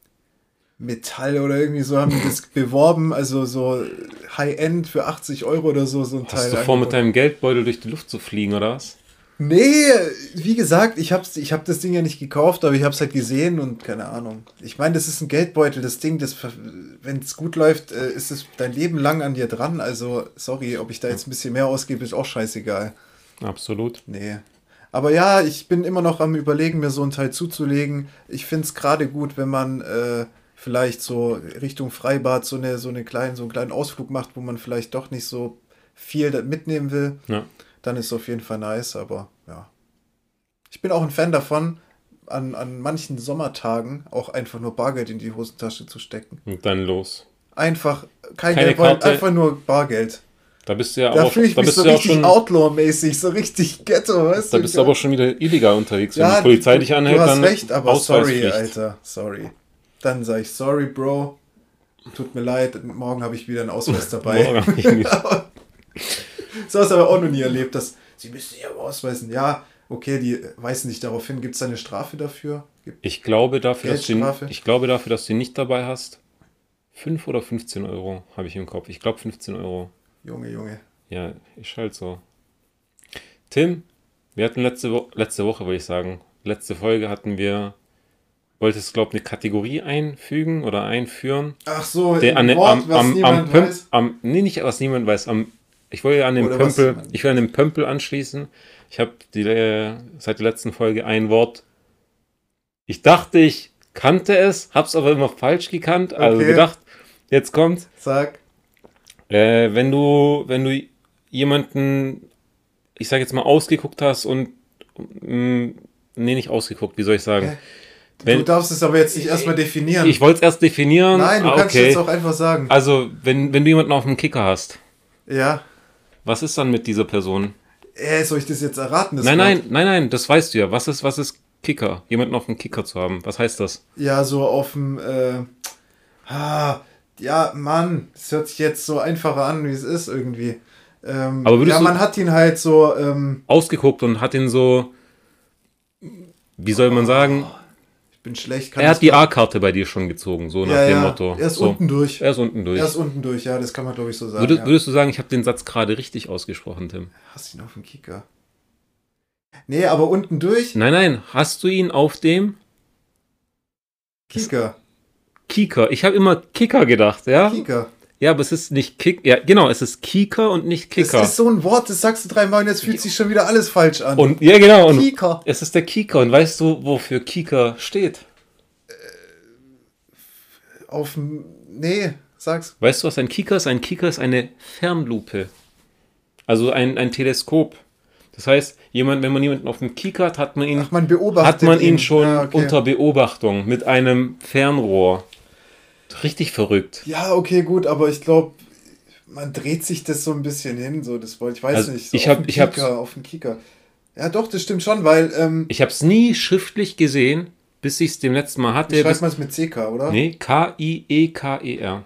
oder irgendwie so haben die das beworben, also so High-End für 80 Euro oder so, so ein Hast Teil du vor, mit angeboten. deinem Geldbeutel durch die Luft zu fliegen, oder was? Nee, wie gesagt, ich hab das Ding ja nicht gekauft, aber ich habe es halt gesehen und keine Ahnung. Ich meine, das ist ein Geldbeutel, das Ding, wenn es gut läuft, ist es dein Leben lang an dir dran. Also, sorry, ob ich da jetzt ein bisschen mehr ausgebe, ist auch scheißegal. Absolut. Nee. Aber ja, ich bin immer noch am Überlegen, mir so ein Teil zuzulegen. Ich finde es gerade gut, wenn man vielleicht so Richtung Freibad so einen kleinen Ausflug macht, wo man vielleicht doch nicht so viel da mitnehmen will. Ja. Dann ist es auf jeden Fall nice, aber ja. Ich bin auch ein Fan davon, an manchen Sommertagen auch einfach nur Bargeld in die Hosentasche zu stecken. Und dann los. Einfach kein Keine Geldbeutel, Karte. einfach nur Bargeld. Da bist du ja aber Da auch, fühle ich da mich bist so du ja auch richtig schon, Outlaw-mäßig, so richtig Ghetto, weißt da du? bist du aber auch schon wieder illegal unterwegs. Wenn Ja, die Polizei dich du anhält, hast dann recht, aber sorry, Ausweispflicht. Alter, sorry. Dann sage ich sorry, Bro. Tut mir leid, morgen habe ich wieder einen Ausweis dabei. Morgen irgendwie. So hast du aber auch noch nie erlebt, dass sie müssen ja ausweisen. Ja, okay, die weisen nicht darauf hin. Gibt es eine Strafe dafür? Ich glaube dafür, Geldstrafe? dass du ihn nicht dabei hast. 5 oder 15 Euro habe ich im Kopf. Ich glaube 15 Euro. Junge, Junge. Ja, ist halt so. Tim, wir hatten letzte Woche, würde ich sagen, letzte Folge hatten wir, wolltest du, glaube ich, eine Kategorie einfügen oder einführen? Ach so, Der ein Wort, was niemand weiß. Nee, nicht was niemand weiß, ich wollte an den Oder was Pömpel, man- ich will an den Pömpel anschließen. Ich habe seit der letzten Folge ein Wort. Ich dachte, ich kannte es, hab's aber immer falsch gekannt. Also Okay. gedacht, jetzt kommt, Sag. wenn du jemanden, ich sage jetzt mal, ausgeguckt hast und nee, nicht ausgeguckt, wie soll ich sagen? Hä? Du Wenn, darfst es aber jetzt nicht erstmal definieren. ich wollte es erst definieren. Nein, du kannst okay. jetzt auch einfach sagen. Also, wenn du jemanden auf dem Kicker hast, Ja. was ist dann mit dieser Person? Soll ich das jetzt erraten? Das Nein, Wort? nein, das weißt du ja. Was ist Kicker? Jemanden auf dem Kicker zu haben. Was heißt das? Ja, so auf dem. Ja, Mann, das hört sich jetzt so einfacher an, wie es ist irgendwie. Aber würdest ja, du- man hat ihn halt so. Ausgeguckt und hat ihn so, wie soll man sagen, Ich bin schlecht. er hat die A-Karte bei dir schon gezogen, so nach ja, dem ja. Motto. Er ist so. unten durch. Er ist unten durch. Er ist unten durch, ja, das kann man glaube ich so sagen. Würdest, ja. würdest du sagen, ich habe den Satz gerade richtig ausgesprochen, Tim? Hast ihn auf dem Kicker. Nee, aber unten durch. Nein, hast du ihn auf dem Kicker. Kicker? Ich habe immer Kicker gedacht, ja? Kicker. Ja, aber es ist nicht Kick. Ja, genau, es ist Kicker und nicht Kicker. Das ist so ein Wort, das sagst du dreimal und jetzt fühlt sich schon wieder alles falsch an. Und ja, genau. Und Kicker. es ist der Kicker. Und weißt du, wofür Kicker steht? Auf dem. Nee, sag's. Weißt du, was ein Kicker ist? Ein Kicker ist eine Fernlupe. Also ein Teleskop. Das heißt, wenn man jemanden auf dem Kicker hat, hat man ihn, Ach, man beobachtet schon Ja, okay. unter Beobachtung mit einem Fernrohr. Richtig verrückt. Ja, okay, gut, aber ich glaube, man dreht sich das so ein bisschen hin, so das wollte ich weiß Also nicht. So ich auf hab- den ich hab's- Kicker, auf den Kicker. Ja, doch, das stimmt schon, weil Ich habe es nie schriftlich gesehen, bis ich es dem letzten Mal hatte. schreibt man es mit CK, oder? Nee, K-I-E-K-E-R.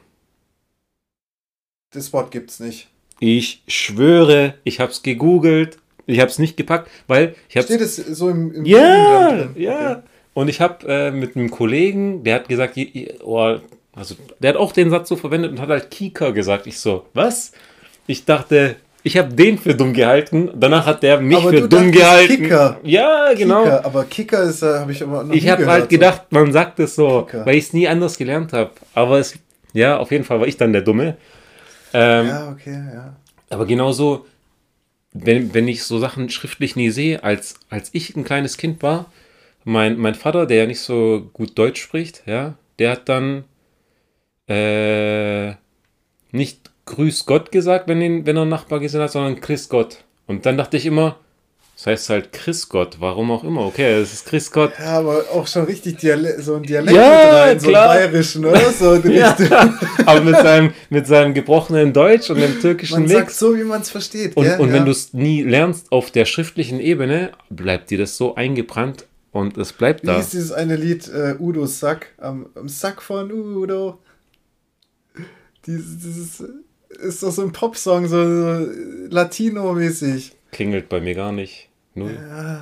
Das Wort gibt's nicht. Ich schwöre, ich habe es gegoogelt. Ich habe es nicht gepackt, weil ich habe Steht es so im Ja, Duden drin? ja. Okay. Und ich habe mit einem Kollegen, der hat gesagt, also der hat auch den Satz so verwendet und hat halt Kika gesagt. Ich so, was? Ich dachte, ich habe den für dumm gehalten. Danach hat der mich Aber für du dumm dachtest gehalten. Kicker. Ja, genau. Kicker, aber Kicker ist, habe ich aber noch Ich nie habe gehört, halt gedacht, man sagt es so, Kicker. weil ich es nie anders gelernt habe. Aber ja, auf jeden Fall war ich dann der Dumme. So. Ja, okay, ja. Aber genauso, wenn ich so Sachen schriftlich nie sehe, als ich ein kleines Kind war, mein Vater, der ja nicht so gut Deutsch spricht, ja, der hat dann nicht Grüß Gott gesagt, wenn er einen Nachbar gesehen hat, sondern Grüß Gott. Und dann dachte ich immer, Das heißt halt Christgott, warum auch immer. Okay, es ist Christgott. Ja, aber auch schon richtig so ein Dialekt Ja, mit rein, so klar. einen bayerischen, oder? So in die Ja, Richtung. aber mit seinem gebrochenen Deutsch und dem türkischen Man sagt Mix. so, wie man es versteht. Und, gell? und wenn Ja. du es nie lernst auf der schriftlichen Ebene, bleibt dir das so eingebrannt und es bleibt Wie da. hieß dieses eine Lied, Udos Sack, am Sack von Udo? Dieses ist doch so ein Popsong, so Latino-mäßig. Klingelt bei mir gar nicht. Null.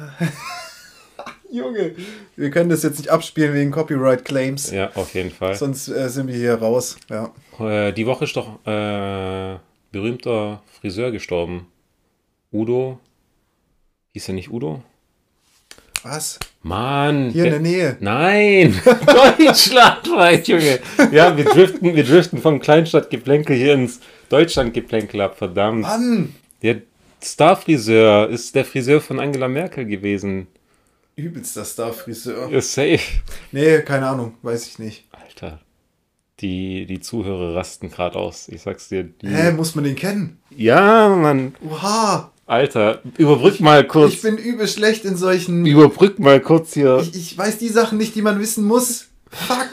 Junge, wir können das jetzt nicht abspielen wegen Copyright-Claims. Ja, auf jeden Fall. Sonst sind wir hier raus. Ja. Die Woche ist doch berühmter Friseur gestorben. Udo. Hieß er nicht Udo? Was? Mann. Hier in der Nähe. Nein. Deutschlandweit, Junge. Ja, wir driften vom Kleinstadtgeplänkel hier ins Deutschlandgeplänkel ab, verdammt. Mann! Der Starfriseur ist der Friseur von Angela Merkel gewesen. Übelster Star-Friseur. Ist safe. Nee, keine Ahnung, weiß ich nicht. Alter. Die Zuhörer rasten gerade aus. Ich sag's dir. Hä, muss man den kennen? Ja, Mann. Oha! Alter, überbrück mal kurz. Ich bin übel schlecht in solchen... Überbrück mal kurz hier. Ich weiß die Sachen nicht, die man wissen muss. Fuck!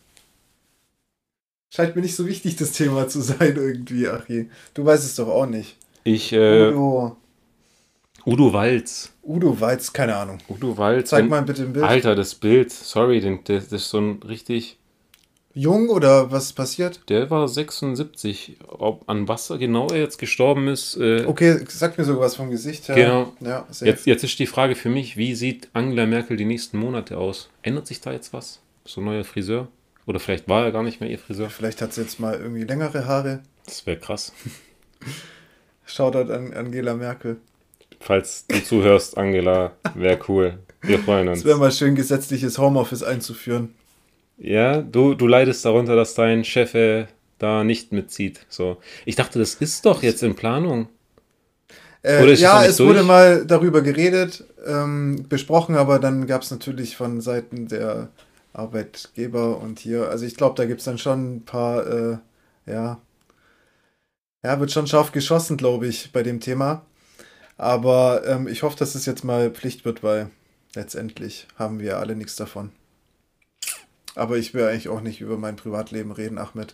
Scheint mir nicht so wichtig, das Thema zu sein irgendwie, Achi. Du weißt es doch auch nicht. Udo Walz. Udo Weiz, keine Ahnung. Udo Walz. Zeig mal bitte ein Bild. Alter, das Bild. Sorry, das ist so ein richtig... Jung oder was passiert? Der war 76. Ob an was genau er jetzt gestorben ist. Okay, sag mir sogar was vom Gesicht her. Genau. Ja, safe. Jetzt ist die Frage für mich, wie sieht Angela Merkel die nächsten Monate aus? Ändert sich da jetzt was? So ein neuer Friseur? Oder vielleicht war er gar nicht mehr ihr Friseur? Vielleicht hat sie jetzt mal irgendwie längere Haare. Das wäre krass. Shoutout an Angela Merkel. Falls du zuhörst, Angela, wäre cool. Wir freuen uns. Es wäre mal schön, gesetzliches Homeoffice einzuführen. Ja, du leidest darunter, dass dein Chef da nicht mitzieht. So. Ich dachte, das ist doch jetzt in Planung. Oder ist ja, noch nicht es wurde durch? mal darüber geredet, besprochen, aber dann gab es natürlich von Seiten der Arbeitgeber und hier, also ich glaube, da gibt es dann schon ein paar, ja, wird schon scharf geschossen, glaube ich, bei dem Thema. Aber ich hoffe, dass es jetzt mal Pflicht wird, weil letztendlich haben wir alle nichts davon. Aber ich will eigentlich auch nicht über mein Privatleben reden, Ahmed.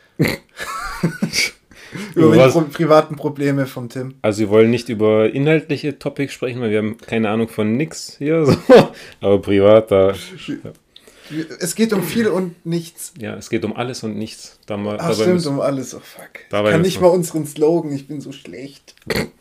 Über die privaten Probleme vom Tim. Also wir wollen nicht über inhaltliche Topics sprechen, weil wir haben keine Ahnung von nix hier. So. Aber privat, da... Es geht um viel und nichts. Ja, es geht um alles und nichts. Ach stimmt, um alles. Oh fuck. Ich kann nicht mal unseren Slogan, ich bin so schlecht.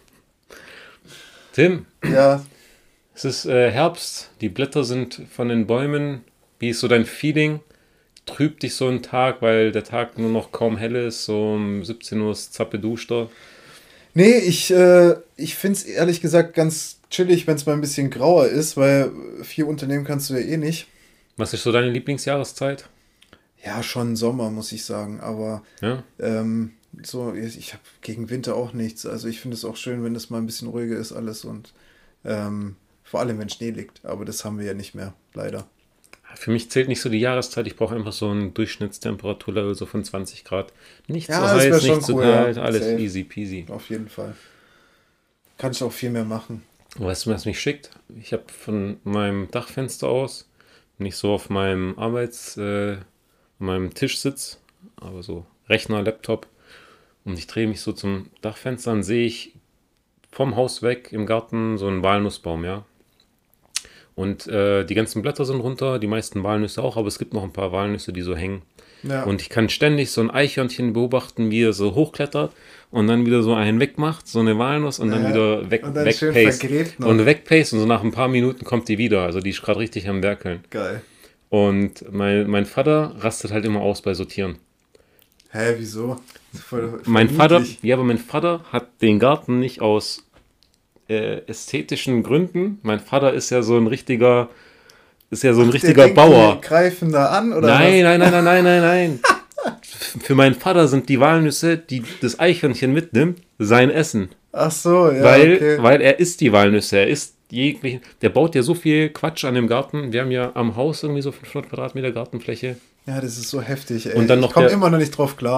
Tim, Ja, es ist Herbst, die Blätter sind von den Bäumen. Wie ist so dein Feeling? Trübt dich so ein Tag, weil der Tag nur noch kaum hell ist, so um 17 Uhr ist zappeduster. nee, ich finde es ehrlich gesagt ganz chillig, wenn es mal ein bisschen grauer ist, weil viel unternehmen kannst du ja eh nicht. Was ist so deine Lieblingsjahreszeit? Ja, schon Sommer, muss ich sagen, aber Ja? so, ich habe gegen Winter auch nichts. Also ich finde es auch schön, wenn es mal ein bisschen ruhiger ist alles und vor allem, wenn Schnee liegt. Aber das haben wir ja nicht mehr, leider. Für mich zählt nicht so die Jahreszeit, ich brauche einfach so ein Durchschnittstemperaturlevel so von 20 Grad. Nicht Ja, so das wär heiß, schon nicht so cool, kalt, ja. alles Safe. easy peasy. Auf jeden Fall. Kann ich auch viel mehr machen. Weißt du, was mich schickt? Ich habe von meinem Dachfenster aus, wenn ich so auf meinem meinem Tisch sitze, aber so Rechner, Laptop, und ich drehe mich so zum Dachfenster, dann sehe ich vom Haus weg im Garten so einen Walnussbaum, ja. Und die ganzen Blätter sind runter, die meisten Walnüsse auch, aber es gibt noch ein paar Walnüsse, die so hängen. Ja. Und ich kann ständig so ein Eichhörnchen beobachten, wie er so hochklettert und dann wieder so einen wegmacht, so eine Walnuss und dann wieder und dann schön wegpaced. vergräbt noch. Und wegpaced und so nach ein paar Minuten kommt die wieder. Also die ist gerade richtig am Werkeln. Geil. Und mein Vater rastet halt immer aus bei Sortieren. Hä, wieso? Voll Mein Vater, niedlich. ja, aber mein Vater hat den Garten nicht aus ästhetischen Gründen. Mein Vater ist ja so ein richtiger, Der denkt, Bauer. die greifen da an, oder Nein, was? nein. Für meinen Vater sind die Walnüsse, die das Eichhörnchen mitnimmt, sein Essen. Ach so, ja, weil, okay. weil er isst die Walnüsse, er isst jeglichen, der baut ja so viel Quatsch an dem Garten. Wir haben ja am Haus irgendwie so 500 Quadratmeter Gartenfläche. Ja, das ist so heftig, ey. Und dann ich noch komme der- immer noch nicht drauf klar.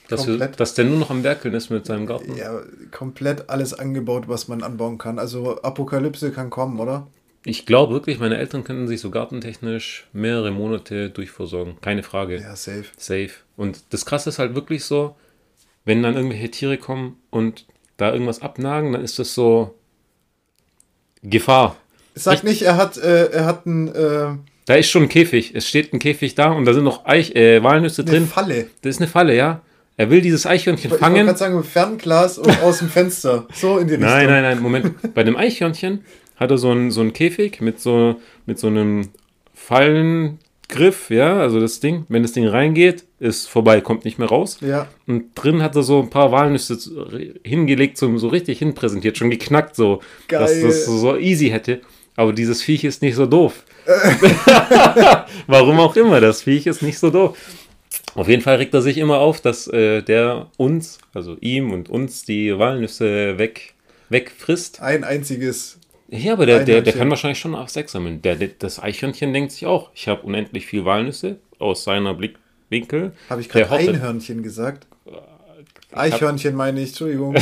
komplett. Dass der nur noch am Werkeln ist mit seinem Garten. Ja, komplett alles angebaut, was man anbauen kann. Also Apokalypse kann kommen, oder? Ich glaube wirklich, meine Eltern könnten sich so gartentechnisch mehrere Monate durchversorgen. Keine Frage. Ja, safe. Safe. Und das Krasse ist halt wirklich so, wenn dann irgendwelche Tiere kommen und da irgendwas abnagen, dann ist das so Gefahr. Sag nicht, er hat ein, Da ist schon ein Käfig. Es steht ein Käfig da und da sind noch Walnüsse eine drin. Falle. Das ist eine Falle, ja. Er will dieses Eichhörnchen Ich wollte fangen. gerade sagen, mit Fernglas und aus dem Fenster. So in die Richtung. Nein, Moment. Bei dem Eichhörnchen hat er so einen Käfig mit so einem Fallengriff, ja, also das Ding, wenn das Ding reingeht, ist vorbei, kommt nicht mehr raus. Ja. Und drin hat er so ein paar Walnüsse hingelegt, so richtig hinpräsentiert, schon geknackt, so, Geil. dass das so easy hätte. Aber dieses Viech ist nicht so doof. Warum auch immer, das Viech ist nicht so doof. Auf jeden Fall regt er sich immer auf, dass der uns, also ihm und uns, die Walnüsse wegfrisst. Ein einziges. Ja, aber der Eichhörnchen. kann wahrscheinlich schon auch 6 sammeln. Das Eichhörnchen denkt sich auch, ich habe unendlich viel Walnüsse aus seiner Blickwinkel. Habe ich Der gerade hortet. Einhörnchen gesagt? Eichhörnchen meine ich, Entschuldigung.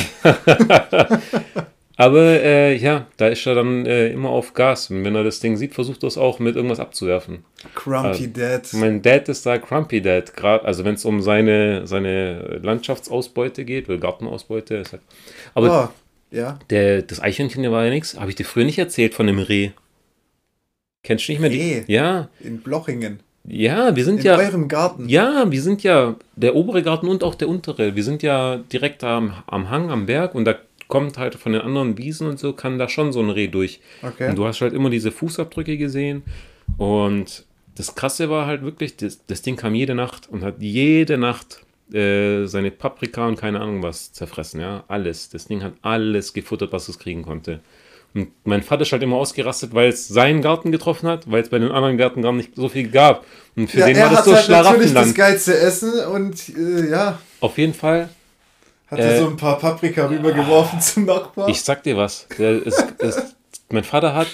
Aber ja, da ist er dann immer auf Gas. Und wenn er das Ding sieht, versucht er es auch mit irgendwas abzuwerfen. Crumpy Dad. Mein Dad ist da Crumpy Dad. Gerade, also wenn es um seine Landschaftsausbeute geht, oder Gartenausbeute. Ist halt, aber Ja. das Eichhörnchen, der war ja nichts. Habe ich dir früher nicht erzählt von dem Reh. Kennst du nicht mehr Reh? die? Ja, In Blochingen. ja, wir sind In ja. eurem Garten. Ja, wir sind ja der obere Garten und auch der untere. Wir sind ja direkt am Hang, am Berg und da kommt halt von den anderen Wiesen und so, kann da schon so ein Reh durch. Okay. Und du hast halt immer diese Fußabdrücke gesehen und das Krasse war halt wirklich, das Ding kam jede Nacht und hat jede Nacht seine Paprika und keine Ahnung was zerfressen, ja, alles. Das Ding hat alles gefuttert, was es kriegen konnte. Und mein Vater ist halt immer ausgerastet, weil es seinen Garten getroffen hat, weil es bei den anderen Gärten gar nicht so viel gab. Und für Ja, den er war das hat so halt natürlich das Schlaraffenland. geilste Essen und ja, Auf jeden Fall, hat er so ein paar Paprika rübergeworfen zum Nachbar. ich sag dir was, mein Vater hat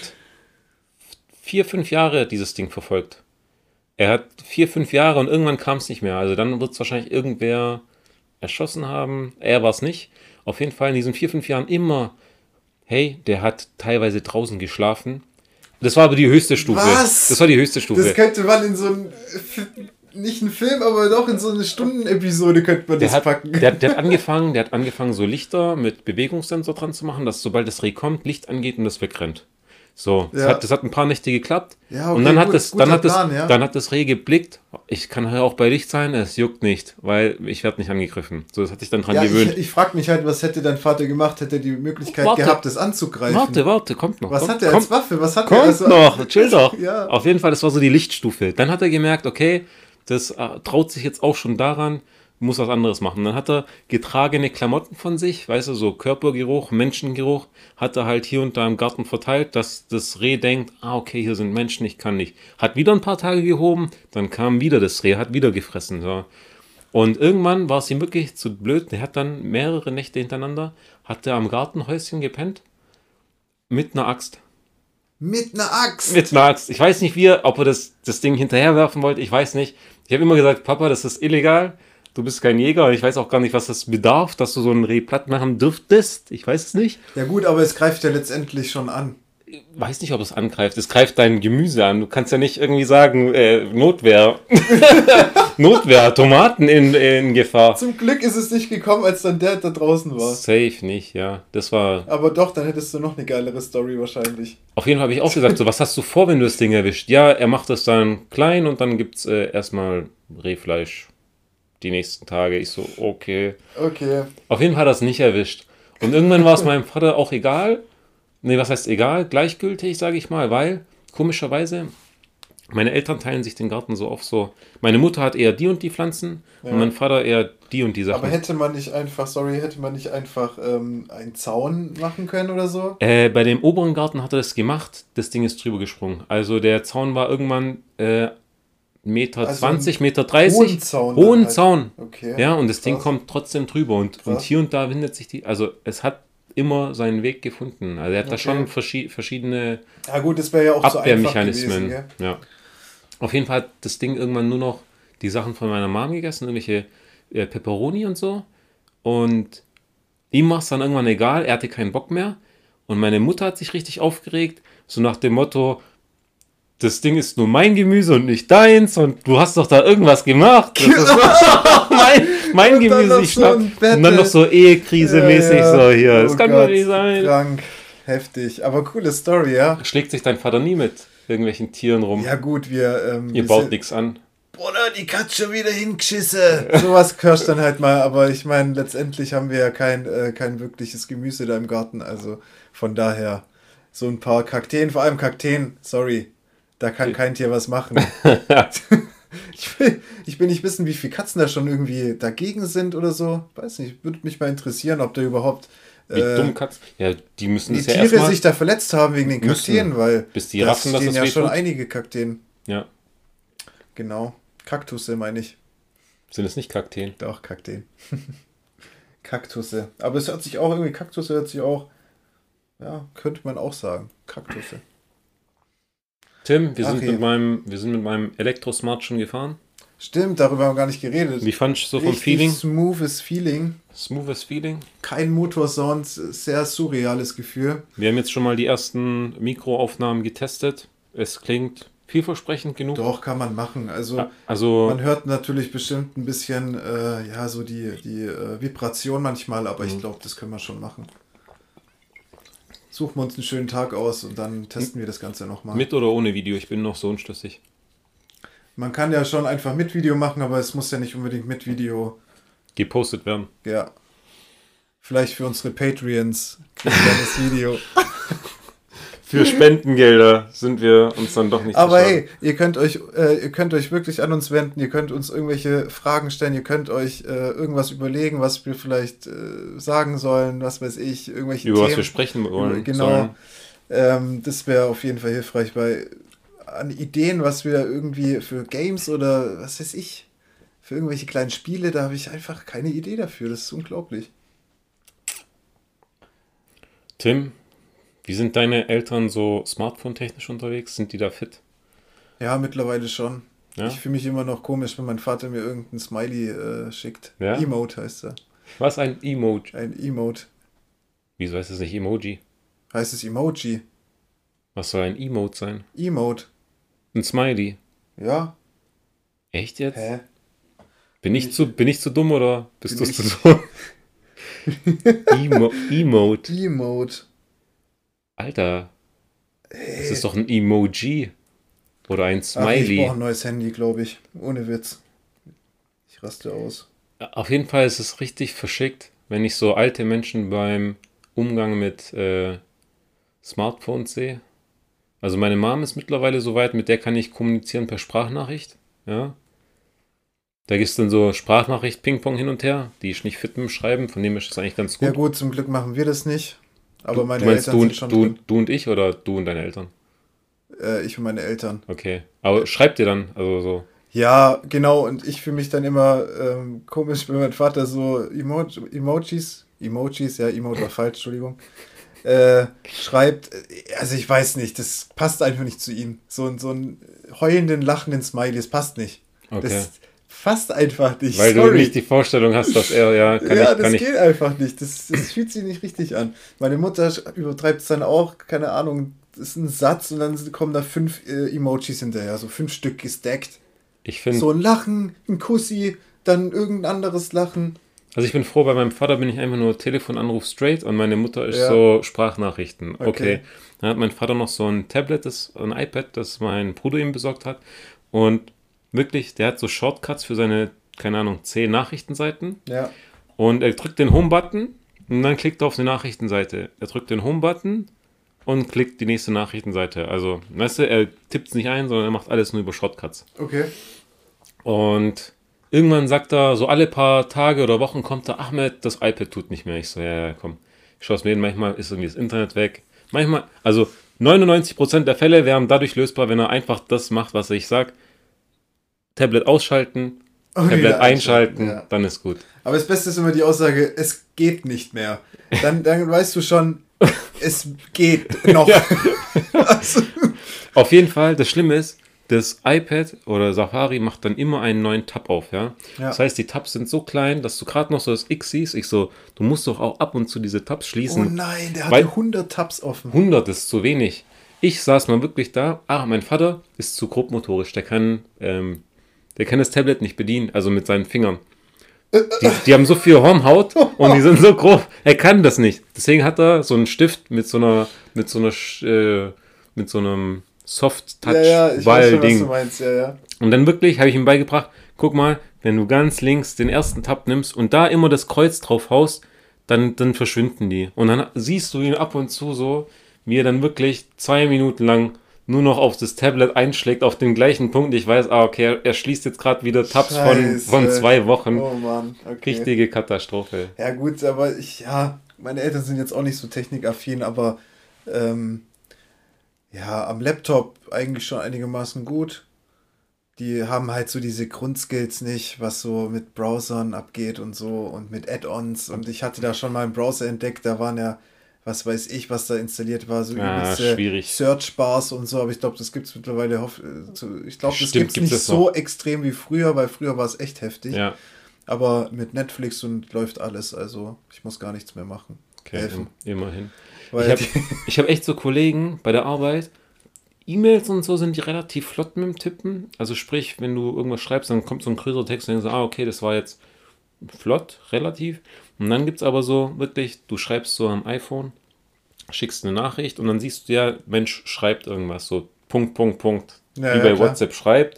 4, 5 Jahre dieses Ding verfolgt. Er hat 4, 5 Jahre und irgendwann kam es nicht mehr. Also dann wird es wahrscheinlich irgendwer erschossen haben. Er war es nicht. Auf jeden Fall in diesen 4, 5 Jahren immer, hey, der hat teilweise draußen geschlafen. Das war aber die höchste Stufe. Was? Das war die höchste Stufe. Das könnte man in so ein, nicht ein Film, aber doch in so eine Stundenepisode könnte man das packen. Der hat angefangen, so Lichter mit Bewegungssensor dran zu machen, dass sobald das Reh kommt, Licht angeht und das wegrennt. So, Ja. das hat ein paar Nächte geklappt. Ja, okay, und dann gut, guter Plan, ja. dann hat das Reh geblickt. Ich kann halt auch bei Licht sein, es juckt nicht, weil ich werde nicht angegriffen. So, das hat sich dann dran Ja, gewöhnt. ich frage mich halt, was hätte dein Vater gemacht, hätte er die Möglichkeit Warte. gehabt, das anzugreifen. Warte, kommt noch. Was kommt, hat er kommt, als Waffe? Was hat er Kommt also, noch, chill doch. Ja. Auf jeden Fall, das war so die Lichtstufe. Dann hat er gemerkt, okay, das traut sich jetzt auch schon daran, muss was anderes machen. Dann hat er getragene Klamotten von sich, weißt du, so Körpergeruch, Menschengeruch, hat er halt hier und da im Garten verteilt, dass das Reh denkt, okay, hier sind Menschen, ich kann nicht. Hat wieder ein paar Tage gehoben, dann kam wieder das Reh, hat wieder gefressen. So. Und irgendwann war es ihm wirklich zu blöd, der hat dann mehrere Nächte hintereinander, hat er am Gartenhäuschen gepennt, mit einer Axt. Mit einer Axt. Mit einer Axt. Ich weiß nicht, ob er das Ding hinterherwerfen wollte. Ich weiß nicht. Ich habe immer gesagt, Papa, das ist illegal. Du bist kein Jäger. Ich weiß auch gar nicht, was das bedarf, dass du so ein Reh platt machen dürftest. Ich weiß es nicht. Ja gut, aber es greift ja letztendlich schon an. Weiß nicht, ob es angreift. Es greift dein Gemüse an. Du kannst ja nicht irgendwie sagen, Notwehr. Notwehr, Tomaten in Gefahr. Zum Glück ist es nicht gekommen, als dann der da draußen war. Safe nicht, ja. Das war... Aber doch, dann hättest du noch eine geilere Story wahrscheinlich. Auf jeden Fall habe ich auch gesagt, so, was hast du vor, wenn du das Ding erwischt? Ja, er macht das dann klein und dann gibt es erstmal Rehfleisch die nächsten Tage. Ich so, okay. Okay. Auf jeden Fall hat er es nicht erwischt. Und irgendwann war es meinem Vater auch egal. Nee, was heißt egal? Gleichgültig, sage ich mal, weil, komischerweise, meine Eltern teilen sich den Garten so auf so. Meine Mutter hat eher die und die Pflanzen und mein Vater eher die und die Sachen. Aber hätte man nicht einfach einen Zaun machen können oder so? Bei dem oberen Garten hat er das gemacht, das Ding ist drüber gesprungen. Also der Zaun war irgendwann Meter Also 20, Meter 30. hohen Zaun Hohen dann halt. Zaun. Okay. Ja, und das Ding Krass. kommt trotzdem drüber. Und Krass. hier und da windet sich also es hat immer seinen Weg gefunden. Also er hat da Okay. schon verschiedene Ja gut, das wäre ja auch so einfach Abwehrmechanismen. gewesen, gell? Ja. Auf jeden Fall hat das Ding irgendwann nur noch die Sachen von meiner Mom gegessen, irgendwelche Pepperoni und so. Und ihm war es dann irgendwann egal, er hatte keinen Bock mehr. Und meine Mutter hat sich richtig aufgeregt, so nach dem Motto, das Ding ist nur mein Gemüse und nicht deins und du hast doch da irgendwas gemacht. Das ist mein Gemüse, ich schnapp. Und dann noch so Ehekrise-mäßig, so hier. Das kann doch nicht sein. Krank, heftig, aber coole Story, ja. Schlägt sich dein Vater nie mit irgendwelchen Tieren rum? Ja gut, ihr baut nichts an. Bruder, die hat schon wieder hingeschissen. Sowas hörst dann halt mal, aber ich meine, letztendlich haben wir ja kein wirkliches Gemüse da im Garten, also von daher so ein paar Kakteen, vor allem Kakteen, sorry, da kann kein Tier was machen. Ich will nicht wissen, wie viele Katzen da schon irgendwie dagegen sind oder so, weiß nicht, würde mich mal interessieren, ob da überhaupt wie dumm Katzen, ja, die müssen es ja erstmal... Die Tiere sich da verletzt haben wegen den Kakteen, weil bis die raffen, da stehen ja schon einige Kakteen. Ja. Genau. Kaktusse meine ich. Sind es nicht Kakteen? Doch, Kakteen. Kaktusse. Aber es hört sich auch irgendwie, Kaktusse hört sich auch, ja, könnte man auch sagen. Kaktusse. Tim, wir sind mit meinem Elektrosmart schon gefahren. Stimmt, darüber haben wir gar nicht geredet. Wie fandest du so vom Feeling? Smoothes Feeling. Smoothes Feeling. Kein Motorsound, sehr surreales Gefühl. Wir haben jetzt schon mal die ersten Mikroaufnahmen getestet. Es klingt vielversprechend genug. Doch, kann man machen. Also man hört natürlich bestimmt ein bisschen so die Vibration manchmal, aber ich glaube, das können wir schon machen. Suchen wir uns einen schönen Tag aus und dann testen wir das Ganze nochmal. Mit oder ohne Video? Ich bin noch so unschlüssig. Man kann ja schon einfach mit Video machen, aber es muss ja nicht unbedingt mit Video gepostet werden. Ja. Vielleicht für unsere Patreons kriegen wir das Video. Für Spendengelder sind wir uns dann doch nicht aber hey, ihr könnt euch wirklich an uns wenden, ihr könnt uns irgendwelche Fragen stellen, ihr könnt euch irgendwas überlegen, was wir vielleicht sagen sollen, was weiß ich, irgendwelche Themen. Über was wir sprechen wollen. Genau. Das wäre auf jeden Fall hilfreich, weil an Ideen, was wir irgendwie für Games oder was weiß ich, für irgendwelche kleinen Spiele, da habe ich einfach keine Idee dafür. Das ist unglaublich. Tim, wie sind deine Eltern so smartphone-technisch unterwegs? Sind die da fit? Ja, mittlerweile schon. Ja? Ich fühle mich immer noch komisch, wenn mein Vater mir irgendein Smiley schickt. Ja? Emote heißt er. Was, ein Emote? Ein Emote. Wieso heißt es nicht Emoji? Heißt es Emoji. Was soll ein Emote sein? Emote. Ein Smiley? Ja. Echt jetzt? Hä? Bin ich zu dumm oder bist du zu dumm? Emote. Emote. Alter. Das ist doch ein Emoji. Oder ein Smiley. Ich brauche ein neues Handy, glaube ich. Ohne Witz. Ich raste aus. Auf jeden Fall ist es richtig verschickt, wenn ich so alte Menschen beim Umgang mit Smartphones sehe. Also meine Mom ist mittlerweile so weit, mit der kann ich kommunizieren per Sprachnachricht. Ja. Da gibt es dann so Sprachnachricht, Ping-Pong hin und her. Die ist nicht fit mit dem Schreiben, von dem ist das eigentlich ganz gut. Ja gut, zum Glück machen wir das nicht. Aber meine du meinst, Eltern sind schon drin. Du und ich oder du und deine Eltern? Ich und meine Eltern. Okay. Aber schreibt ihr dann? Also so. Ja, genau. Und ich fühle mich dann immer komisch, wenn mein Vater so Emojis, ja, Emote war falsch, Entschuldigung, schreibt. Also ich weiß nicht, das passt einfach nicht zu ihm. So einen heulenden, lachenden Smiley, das passt nicht. Okay. Das passt einfach nicht. Weil du nicht die Vorstellung hast, dass er, das geht einfach nicht. Das fühlt sich nicht richtig an. Meine Mutter übertreibt es dann auch, keine Ahnung, das ist ein Satz und dann kommen da 5 Emojis hinterher, so 5 Stück gestackt. Ich finde. So ein Lachen, ein Kussi, dann irgendein anderes Lachen. Also ich bin froh, bei meinem Vater bin ich einfach nur Telefonanruf straight und meine Mutter ist so Sprachnachrichten. Okay. Dann hat mein Vater noch so ein Tablet, ein iPad, das mein Bruder ihm besorgt hat. Und wirklich, der hat so Shortcuts für seine, keine Ahnung, 10 Nachrichtenseiten. Ja. Und er drückt den Home-Button und dann klickt er auf eine Nachrichtenseite. Er drückt den Home-Button und klickt die nächste Nachrichtenseite. Also, weißt du, er tippt es nicht ein, sondern er macht alles nur über Shortcuts. Okay. Und irgendwann sagt er, so alle paar Tage oder Wochen kommt er, Ahmed, das iPad tut nicht mehr. Ich so, ja, komm, ich schaue es mir hin, manchmal ist irgendwie das Internet weg. Manchmal, also 99% der Fälle wären dadurch lösbar, wenn er einfach das macht, was ich sage. Tablet ausschalten, Tablet einschalten, dann ist gut. Aber das Beste ist immer die Aussage, es geht nicht mehr. Dann weißt du schon, es geht noch. Ja. Also. Auf jeden Fall, das Schlimme ist, das iPad oder Safari macht dann immer einen neuen Tab auf, ja. Ja. Das heißt, die Tabs sind so klein, dass du gerade noch so das X siehst. Ich so, du musst doch auch ab und zu diese Tabs Oh schließen. nein, der Weil- hatte 100 Tabs offen. 100 ist zu wenig. Ich saß mal wirklich da. Mein Vater ist zu grobmotorisch. Der kann das Tablet nicht bedienen, also mit seinen Fingern. Die haben so viel Hornhaut und die sind so grob. Er kann das nicht. Deswegen hat er so einen Stift mit so einem Ja, ich weiß schon, was du Soft-Touch-Ball-Ding. meinst, ja. Und dann wirklich habe ich ihm beigebracht, guck mal, wenn du ganz links den ersten Tab nimmst und da immer das Kreuz drauf haust, dann verschwinden die. Und dann siehst du ihn ab und zu so, wie er dann wirklich 2 Minuten lang nur noch auf das Tablet einschlägt, auf den gleichen Punkt. Ich weiß, okay, er schließt jetzt gerade wieder Tabs von Scheiße. 2 Wochen. Oh Mann, okay. Richtige Katastrophe. Ja gut, aber meine Eltern sind jetzt auch nicht so technikaffin, aber am Laptop eigentlich schon einigermaßen gut. Die haben halt so diese Grundskills nicht, was so mit Browsern abgeht und so und mit Add-ons. Und ich hatte da schon mal einen Browser entdeckt, da waren ja, was weiß ich, was da installiert war, so übelste schwierig. Search-Bars und so, aber ich glaube, das gibt es mittlerweile, ich glaube, das Stimmt, gibt es gibt's nicht das so extrem wie früher, weil früher war es echt heftig. Ja, Aber mit Netflix und läuft alles, also ich muss gar nichts mehr machen. okay, Helfen. immerhin. Weil Ich hab echt so Kollegen bei der Arbeit, E-Mails und so sind die relativ flott mit dem Tippen. Also sprich, wenn du irgendwas schreibst, dann kommt so ein größerer Text und denkst du, okay, das war jetzt flott, relativ. Und dann gibt es aber so wirklich, du schreibst so am iPhone, schickst eine Nachricht und dann siehst du ja, Mensch schreibt irgendwas, so Punkt, Punkt, Punkt, Ja, wie ja, bei klar. WhatsApp schreibt.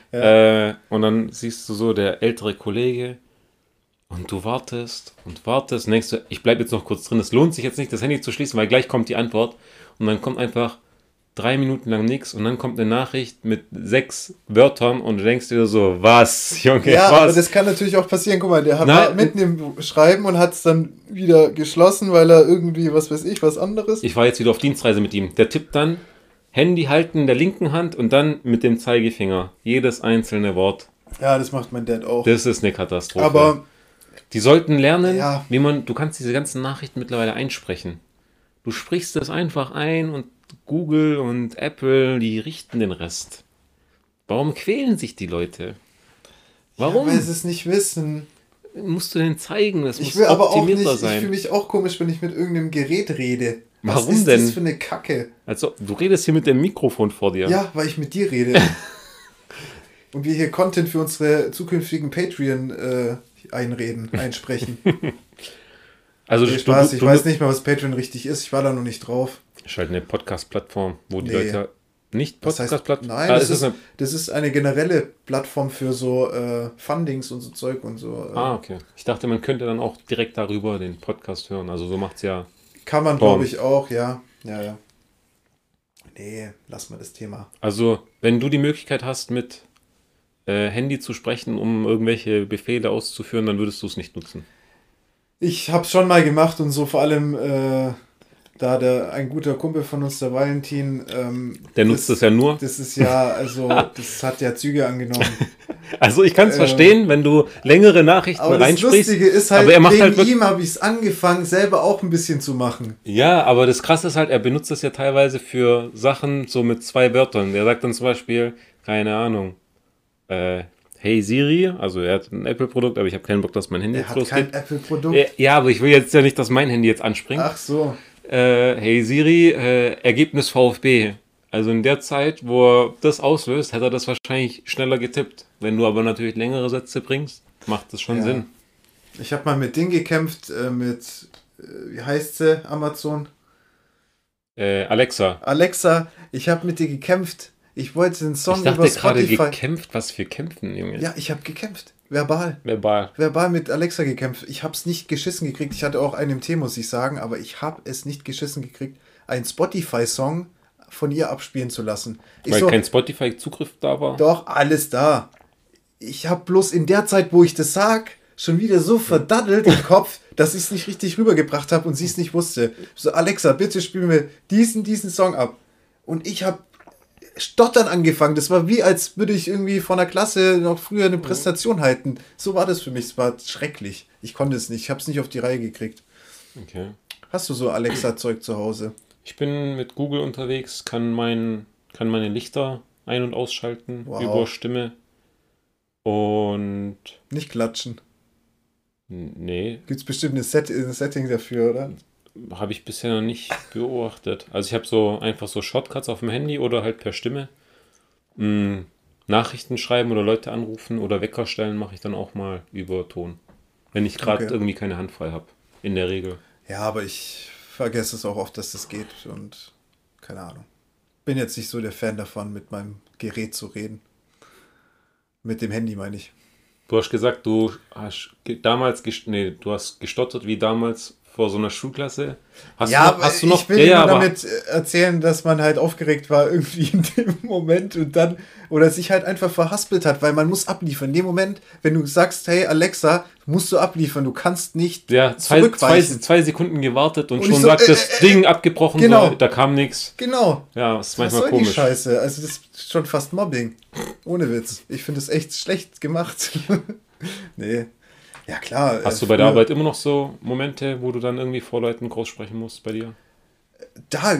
Und dann siehst du so der ältere Kollege und du wartest und denkst du, ich bleibe jetzt noch kurz drin, es lohnt sich jetzt nicht, das Handy zu schließen, weil gleich kommt die Antwort und dann kommt einfach 3 Minuten lang nichts und dann kommt eine Nachricht mit 6 Wörtern und du denkst dir so, was, Junge, ja, aber was? das kann natürlich auch passieren. Guck mal, der Nein. war mitten im Schreiben und hat es dann wieder geschlossen, weil er irgendwie, was weiß ich, was anderes. Ich war jetzt wieder auf Dienstreise mit ihm. Der tippt dann, Handy halten in der linken Hand und dann mit dem Zeigefinger jedes einzelne Wort. Ja, das macht mein Dad auch. Das ist eine Katastrophe. Aber die sollten lernen, Ja. du kannst diese ganzen Nachrichten mittlerweile einsprechen. Du sprichst das einfach ein und Google und Apple, die richten den Rest. Warum quälen sich die Leute? Warum? weil sie es nicht wissen. Musst du denn zeigen? Das Ich muss will aber auch nicht, optimierter ich fühle sein. mich auch komisch, wenn ich mit irgendeinem Gerät rede. Was Warum ist denn? das für eine Kacke? Also, du redest hier mit dem Mikrofon vor dir. Ja, weil ich mit dir rede. Und wir hier Content für unsere zukünftigen Patreon einsprechen. Also, Nee, Spaß, ich weiß nicht mal, was Patreon richtig ist. Ich war da noch nicht drauf. Ist halt eine Podcast-Plattform, wo die Nee. Leute nicht Was heißt, Podcast-Plattform. nein, das ist eine generelle Plattform für so Fundings und so Zeug und so. Okay. Ich dachte, man könnte dann auch direkt darüber den Podcast hören. Also so macht's ja. Kann man, Porn. glaube ich, auch, ja. Ja. Nee, lass mal das Thema. Also, wenn du die Möglichkeit hast, mit Handy zu sprechen, um irgendwelche Befehle auszuführen, dann würdest du es nicht nutzen. Ich hab's schon mal gemacht und so vor allem da ein guter Kumpel von uns, der Valentin, Der nutzt es ja nur. das ist ja, also das hat ja Züge angenommen. Also ich kann es verstehen, wenn du längere Nachrichten Aber das reinsprichst. Lustige ist halt, aber er macht wegen halt wirklich, ihm habe ich es angefangen, selber auch ein bisschen zu machen. ja, aber das Krasse ist halt, er benutzt es ja teilweise für Sachen so mit 2 Wörtern. Der sagt dann zum Beispiel, keine Ahnung, Hey Siri, also er hat ein Apple-Produkt, aber ich habe keinen Bock, dass mein Handy Er jetzt hat losgeht. kein Apple-Produkt. Ja, aber ich will jetzt ja nicht, dass mein Handy jetzt anspringt. Ach so. Hey Siri, Ergebnis VfB. Also in der Zeit, wo er das auslöst, hätte er das wahrscheinlich schneller getippt. Wenn du aber natürlich längere Sätze bringst, macht das schon Ja. Sinn. Ich habe mal mit Ding gekämpft, wie heißt sie, Amazon? Alexa, Alexa, ich habe mit dir gekämpft. Ich wollte den Song ich dachte über gerade Spotify. gekämpft, was für Kämpfen, Junge. Ja, ich habe gekämpft. Verbal. Verbal. Verbal mit Alexa gekämpft. Ich habe es nicht geschissen gekriegt. Ich hatte auch einen im Tee, muss ich sagen, aber ich habe es nicht geschissen gekriegt, einen Spotify-Song von ihr abspielen zu lassen. Ich Weil so, kein Spotify-Zugriff da war. doch, alles da. Ich habe bloß in der Zeit, wo ich das sag, schon wieder so verdaddelt im Kopf, dass ich es nicht richtig rübergebracht habe und sie es nicht wusste. So, Alexa, bitte spiel mir diesen Song ab. Und ich habe stottern angefangen. Das war wie, als würde ich irgendwie von der Klasse noch früher eine Präsentation halten. So war das für mich. Es war schrecklich. Ich konnte es nicht. Ich habe es nicht auf die Reihe gekriegt. Okay. Hast du so Alexa-Zeug zu Hause? Ich bin mit Google unterwegs, kann meine Lichter ein- und ausschalten Wow. über Stimme. Und Nicht klatschen. nee, Gibt es bestimmt ein Setting dafür, oder? habe ich bisher noch nicht beobachtet. Also ich habe so einfach so Shortcuts auf dem Handy oder halt per Stimme. Nachrichten schreiben oder Leute anrufen oder Wecker stellen mache ich dann auch mal über Ton. Wenn ich gerade Okay. irgendwie keine Hand frei habe. In der Regel. Ja, aber ich vergesse es auch oft, dass das geht und keine Ahnung. Bin jetzt nicht so der Fan davon, mit meinem Gerät zu reden. Mit dem Handy meine ich. Du hast gesagt, du hast du hast gestottert wie damals vor so einer Schulklasse. Ja, aber Hast du ich noch, will ja, dir ja, nur aber damit erzählen, dass man halt aufgeregt war irgendwie in dem Moment und dann, oder sich halt einfach verhaspelt hat, weil man muss abliefern. In dem Moment, wenn du sagst, hey Alexa, musst du abliefern, du kannst nicht ja, zurückweichen. zwei Sekunden gewartet und Und schon ich so, sagt das Ding abgebrochen, genau. so, da kam nichts. Genau. Ja, das ist Was manchmal soll die komisch. Scheiße? Also das ist schon fast Mobbing. Ohne Witz. Ich finde es echt schlecht gemacht. Nee. Ja klar. Hast du bei der früher- Arbeit immer noch so Momente, wo du dann irgendwie vor Leuten groß sprechen musst bei dir? Da,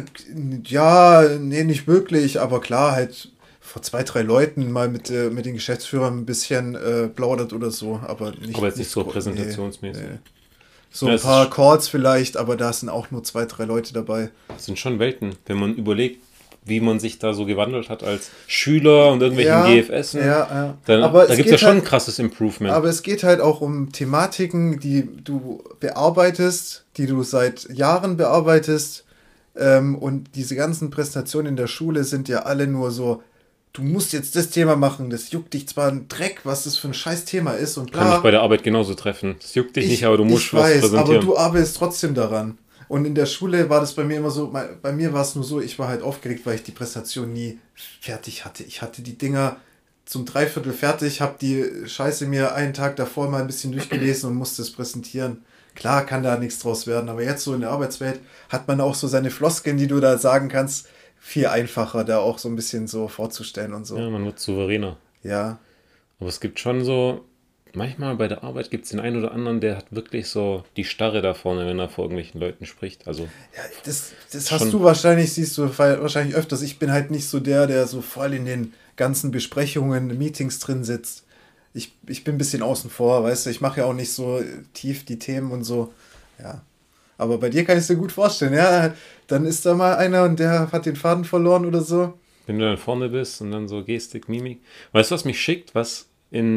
ja, nee, nicht wirklich, aber klar, halt vor 2, 3 Leuten mal mit den Geschäftsführern ein bisschen plaudert oder so, aber nicht. Aber jetzt nicht so gro- präsentationsmäßig. Nee. So Ja, ein es paar ist- Calls vielleicht, aber da sind auch nur 2, 3 Leute dabei. Das sind schon Welten, wenn man überlegt, wie man sich da so gewandelt hat als Schüler und irgendwelchen Ja, GFS. ja. Dann, Aber da es gibt es ja geht schon ein halt- krasses Improvement. Aber es geht halt auch um Thematiken, die du bearbeitest, die du seit Jahren bearbeitest. Und diese ganzen Präsentationen in der Schule sind ja alle nur so, du musst jetzt das Thema machen, das juckt dich zwar ein Dreck, was das für ein scheiß Thema ist und Kann bla. mich bei der Arbeit genauso treffen. Das juckt dich nicht, aber du musst ich was weiß, präsentieren. aber du arbeitest trotzdem daran. Und in der Schule war das bei mir immer so, bei mir war es nur so, ich war halt aufgeregt, weil ich die Präsentation nie fertig hatte. Ich hatte die Dinger zum 3/4 fertig, habe die Scheiße mir einen Tag davor mal ein bisschen durchgelesen und musste es präsentieren. Klar kann da nichts draus werden, aber jetzt so in der Arbeitswelt hat man auch so seine Floskeln, die du da sagen kannst, viel einfacher da auch so ein bisschen so vorzustellen und so. Ja, man wird souveräner. Ja. Aber es gibt schon so, manchmal bei der Arbeit gibt es den einen oder anderen, der hat wirklich so die Starre da vorne, wenn er vor irgendwelchen Leuten spricht. Also, Ja, das Schon- hast du wahrscheinlich, siehst du wahrscheinlich öfters. Ich bin halt nicht so der so voll in den ganzen Besprechungen, Meetings drin sitzt. Ich bin ein bisschen außen vor, weißt du, ich mache ja auch nicht so tief die Themen und so. Ja. Aber bei dir kann ich es dir gut vorstellen, ja. Dann ist da mal einer und der hat den Faden verloren oder so. wenn du dann vorne bist und dann so Gestik, Mimik. Weißt du, was mich schickt, was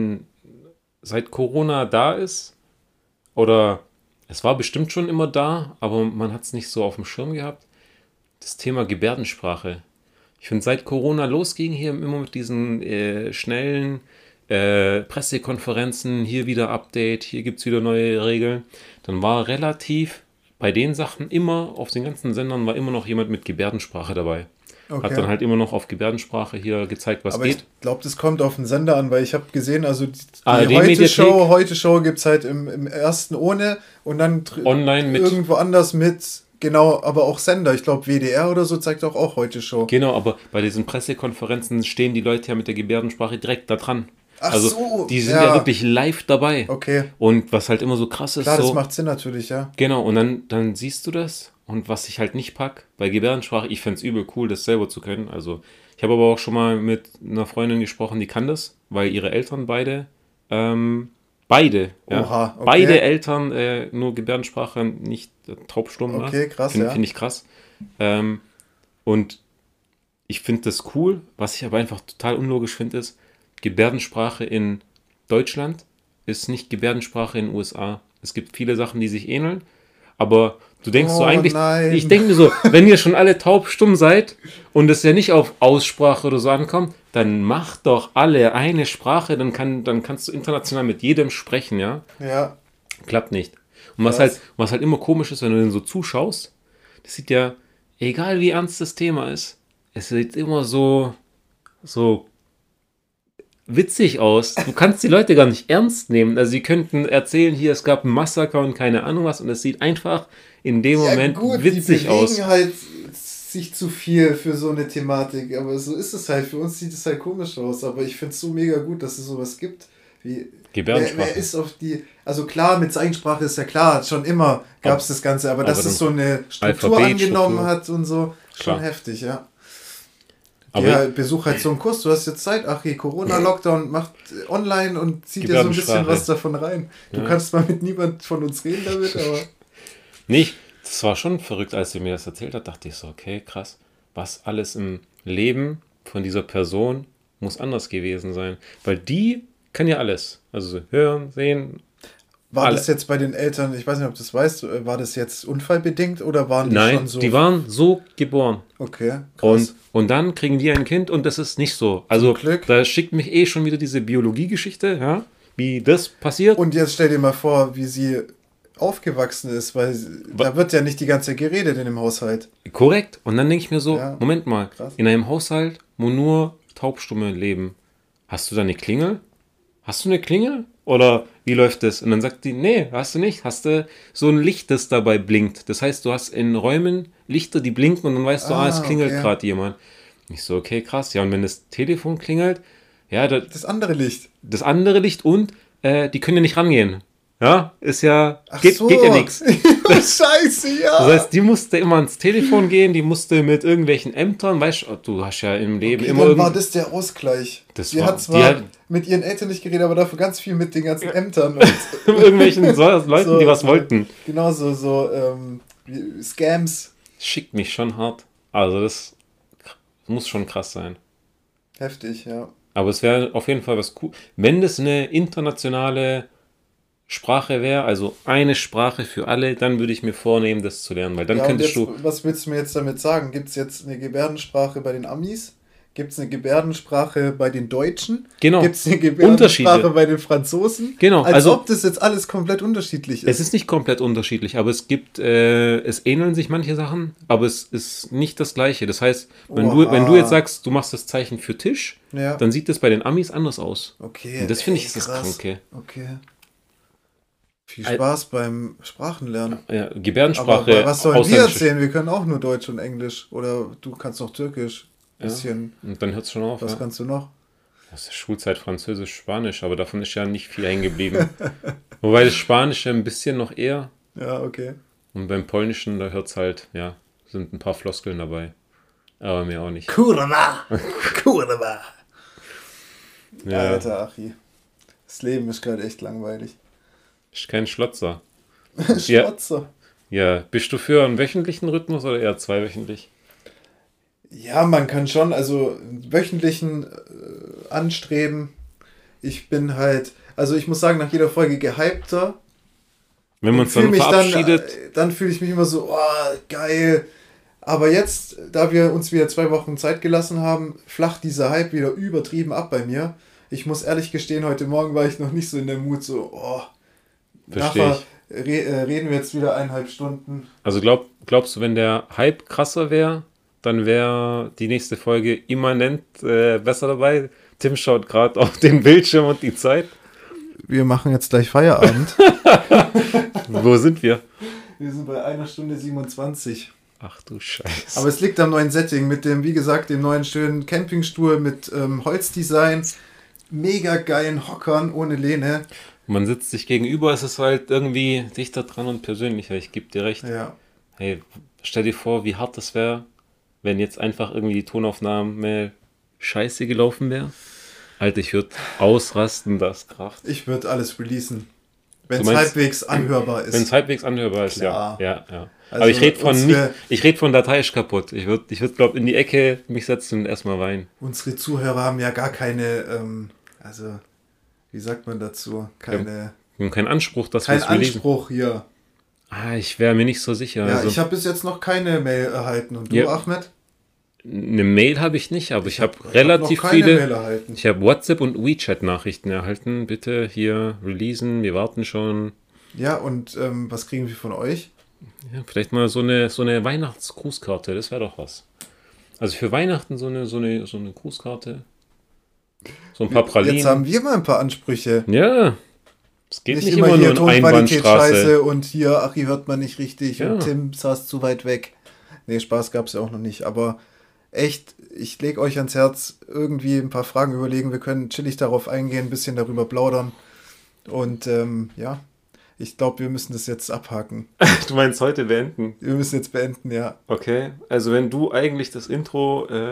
seit Corona da ist? Oder es war bestimmt schon immer da, aber man hat es nicht so auf dem Schirm gehabt. Das Thema Gebärdensprache. Ich finde, seit Corona losging, hier immer mit diesen schnellen Pressekonferenzen, hier wieder Update, hier gibt es wieder neue Regeln, dann war relativ bei den Sachen immer, auf den ganzen Sendern war immer noch jemand mit Gebärdensprache dabei. Okay. Hat dann halt immer noch auf Gebärdensprache hier gezeigt, was Aber geht. ich glaube, das kommt auf den Sender an, weil ich habe gesehen, also die ARD-Mediathek. Heute-Show gibt es halt im ersten ohne und dann Online mit. irgendwo anders mit, genau, aber auch Sender. Ich glaube, WDR oder so zeigt auch Heute-Show. Genau, aber bei diesen Pressekonferenzen stehen die Leute ja mit der Gebärdensprache direkt da dran. Ach Also so, die sind ja. ja wirklich live dabei. Okay, Und was halt immer so krass ist, klar, das so, macht Sinn natürlich, ja. genau, und dann siehst du das. Und was ich halt nicht pack, bei Gebärdensprache, ich fände es übel cool, das selber zu können. Also, ich habe aber auch schon mal mit einer Freundin gesprochen, die kann das, weil ihre Eltern beide, ja, Oha, okay. beide Eltern nur Gebärdensprache, nicht taubstumm. Okay, krass, Finde ja. find ich krass. Und ich finde das cool. Was ich aber einfach total unlogisch finde, ist, Gebärdensprache in Deutschland ist nicht Gebärdensprache in den USA. Es gibt viele Sachen, die sich ähneln, aber du denkst so Oh eigentlich, nein. ich denke mir so, wenn ihr schon alle taubstumm seid und es ja nicht auf Aussprache oder so ankommt, dann macht doch alle eine Sprache, dann kannst du international mit jedem sprechen, ja? Ja, Klappt nicht. Und Krass. was halt immer komisch ist, wenn du dann so zuschaust, das sieht ja, egal wie ernst das Thema ist, es sieht immer so witzig aus. Du kannst die Leute gar nicht ernst nehmen. Also sie könnten erzählen, hier, es gab ein Massaker und keine Ahnung was und es sieht einfach in dem Moment witzig die aus. bewegen halt sich zu viel für so eine Thematik, aber so ist es halt. Für uns sieht es halt komisch aus, aber ich finde es so mega gut, dass es sowas gibt. Wie, Gebärdensprache. wer ist auf die, also klar, mit Zeichensprache ist ja klar, schon immer gab es das Ganze, aber dass aber es so eine Struktur Alphabet, angenommen Struktur. hat und so, schon Klar. heftig, ja. Aber Ja, besuch halt so einen Kurs, du hast jetzt Zeit, Achi, Corona-Lockdown, macht online und zieh dir so ein bisschen Gebärdensprache. was davon rein. Du Ja. kannst mal mit niemand von uns reden damit, aber nicht, das war schon verrückt, als sie mir das erzählt hat, dachte ich so, okay, krass, was alles im Leben von dieser Person muss anders gewesen sein. Weil die kann ja alles. Also hören, sehen, war alle. das jetzt bei den Eltern, ich weiß nicht, ob du das weißt, war das jetzt unfallbedingt oder waren die schon Nein, so? die waren so geboren. Okay, krass. Und dann kriegen die ein Kind und das ist nicht so. Also Glück. da schickt mich eh schon wieder diese Biologiegeschichte, ja, wie das passiert. Und jetzt stell dir mal vor, wie sie aufgewachsen ist, weil da wird ja nicht die ganze Zeit geredet in dem Haushalt. Korrekt. Und dann denke ich mir so, Ja, Moment mal, krass. in einem Haushalt, wo nur Taubstumme leben, hast du da eine Klingel? Hast du eine Klingel? Oder wie läuft das? Und dann sagt die, nee, hast du nicht. Hast du so ein Licht, das dabei blinkt. Das heißt, du hast in Räumen Lichter, die blinken und dann weißt du, es klingelt okay. gerade jemand. Ich so, okay, krass. Ja, und wenn das Telefon klingelt, ja, Das andere Licht. das andere Licht und die können ja nicht rangehen. Ja, ist ja, Ach geht so. ja nichts. Scheiße, ja. Das heißt, die musste immer ans Telefon gehen, die musste mit irgendwelchen Ämtern, weißt du, hast ja im Leben Okay, immer dann war irgend... das der Ausgleich. Das Sie war- hat die zwar hat- mit ihren Eltern nicht geredet, aber dafür ganz viel mit den ganzen Ämtern. Und irgendwelchen Leuten, so- die was so- wollten. Genau, so Scams. Schickt mich schon hart. Also das muss schon krass sein. Heftig, ja. Aber es wäre auf jeden Fall was cool. Wenn das eine internationale Sprache wäre, also eine Sprache für alle, dann würde ich mir vornehmen, das zu lernen, weil dann Ja, und könntest jetzt, du... was willst du mir jetzt damit sagen? Gibt es jetzt eine Gebärdensprache bei den Amis? Gibt es eine Gebärdensprache bei den Deutschen? Genau. Gibt es eine Gebärdensprache Unterschiede. bei den Franzosen? Genau, Als also- ob das jetzt alles komplett unterschiedlich Es ist. ist nicht komplett unterschiedlich, aber es gibt, es ähneln sich manche Sachen, aber es ist nicht das Gleiche. Das heißt, wenn du jetzt sagst, du machst das Zeichen für Tisch, Ja. dann sieht es bei den Amis anders aus. Okay. Und das finde ich ey, ist das krass. Kranke. Okay. Viel Al- Spaß beim Sprachenlernen. Ja, Aber Gebärdensprache, was sollen wir ausländisch. erzählen? Wir können auch nur Deutsch und Englisch. Oder du kannst noch Türkisch. Bisschen. Und dann hört es schon auf. Was Ja. kannst du noch? Aus der Schulzeit Französisch, Spanisch, aber davon ist ja nicht viel hängen geblieben. Wobei das Spanische ein bisschen noch eher. Ja, okay. Und beim Polnischen, da hört es halt, ja, sind ein paar Floskeln dabei. Aber mehr auch nicht. Kurwa! Kurwa! Ja, Alter Achi. Das Leben ist gerade echt langweilig. ist kein Schlotzer. Schrotzer. Ja, bist du für einen wöchentlichen Rhythmus oder eher zweiwöchentlich? Ja, man kann schon, also einen wöchentlichen anstreben. Ich bin halt, also ich muss sagen, nach jeder Folge gehypter. Wenn man Und es fühl dann mich verabschiedet, dann fühle ich mich immer so, oh, geil. Aber jetzt, da wir uns wieder 2 Wochen Zeit gelassen haben, flacht dieser Hype wieder übertrieben ab bei mir. Ich muss ehrlich gestehen, heute Morgen war ich noch nicht so in der Mut, so, oh, verstehe nachher ich. reden wir jetzt wieder 1,5 Stunden. Also glaubst du, wenn der Hype krasser wäre, dann wäre die nächste Folge immanent besser dabei? Tim schaut gerade auf den Bildschirm und die Zeit. Wir machen jetzt gleich Feierabend. Wo sind wir? Wir sind bei 1 Stunde 27. Ach du Scheiße. Aber es liegt am neuen Setting mit dem, wie gesagt, dem neuen schönen Campingstuhl mit Holzdesign, mega geilen Hockern ohne Lehne. Man sitzt sich gegenüber, es ist halt irgendwie dichter dran und persönlicher. Ich gebe dir recht. Ja. Hey, stell dir vor, wie hart das wäre, wenn jetzt einfach irgendwie die Tonaufnahme scheiße gelaufen wäre. Alter, ich würde ausrasten, das kracht. Ich würde alles releasen. Wenn Du es meinst- halbwegs anhörbar ist. Wenn es halbwegs anhörbar ist, Klar. ja. Ja. Also Aber ich rede von unsere- nicht, ich rede von Datei ist kaputt. Ich würd, glaube in die Ecke mich setzen und erstmal weinen. Unsere Zuhörer haben ja gar keine, also, wie sagt man dazu? Keine, Wir haben keinen Anspruch, dass wir kein es releasen. Anspruch hier. Ich wäre mir nicht so sicher. Ja, Also, ich habe bis jetzt noch keine Mail erhalten. Und du, Ja. Ahmed? eine Mail habe ich nicht, aber ich habe hab relativ noch keine viele. Mail erhalten. Ich habe WhatsApp und WeChat-Nachrichten erhalten. Bitte hier releasen, wir warten schon. Ja, und was kriegen wir von euch? Ja, vielleicht mal so eine Weihnachtsgrußkarte, das wäre doch was. Also für Weihnachten so eine Grußkarte. So ein paar Pralinen. Jetzt haben wir mal ein paar Ansprüche. Ja, es geht nicht immer hier nur in Tonqualität Einbahnstraße. scheiße und hier, Achi hört man nicht richtig Ja. und Tim saß zu weit weg. Nee, Spaß gab es ja auch noch nicht, aber echt, ich lege euch ans Herz, irgendwie ein paar Fragen überlegen, wir können chillig darauf eingehen, ein bisschen darüber plaudern und ja, ich glaube, wir müssen das jetzt abhaken. Du meinst heute beenden? Wir müssen jetzt beenden, ja. Okay, also wenn du eigentlich das Intro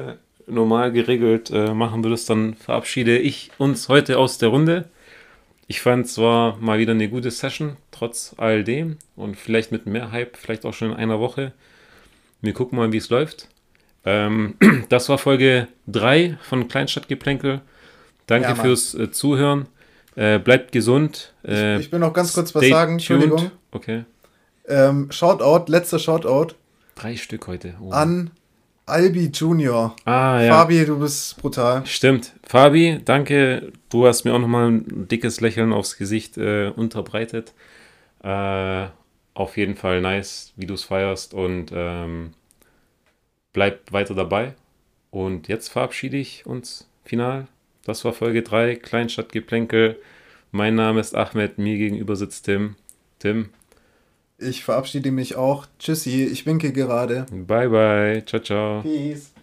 normal geregelt machen würdest, dann verabschiede ich uns heute aus der Runde. Ich fand es war mal wieder eine gute Session, trotz alledem. Und vielleicht mit mehr Hype, vielleicht auch schon in einer Woche. Wir gucken mal, wie es läuft. Ähm, Das war Folge 3 von Kleinstadtgeplänkel. Ja, Danke Mann. fürs Zuhören. Bleibt gesund. Ich will noch ganz kurz was Stay sagen, tuned. Entschuldigung. Okay. Shoutout, letzter Shoutout 3 Stück heute. Oh. an Albi Junior. Ah, ja. Fabi, du bist brutal. Stimmt. Fabi, danke. Du hast mir auch nochmal ein dickes Lächeln aufs Gesicht unterbreitet. Auf jeden Fall nice, wie du es feierst und bleib weiter dabei. Und jetzt verabschiede ich uns final. Das war Folge 3, Kleinstadtgeplänkel. Mein Name ist Ahmed, mir gegenüber sitzt Tim. Tim, Ich verabschiede mich auch. Tschüssi, ich winke gerade. bye bye, ciao, ciao. Peace.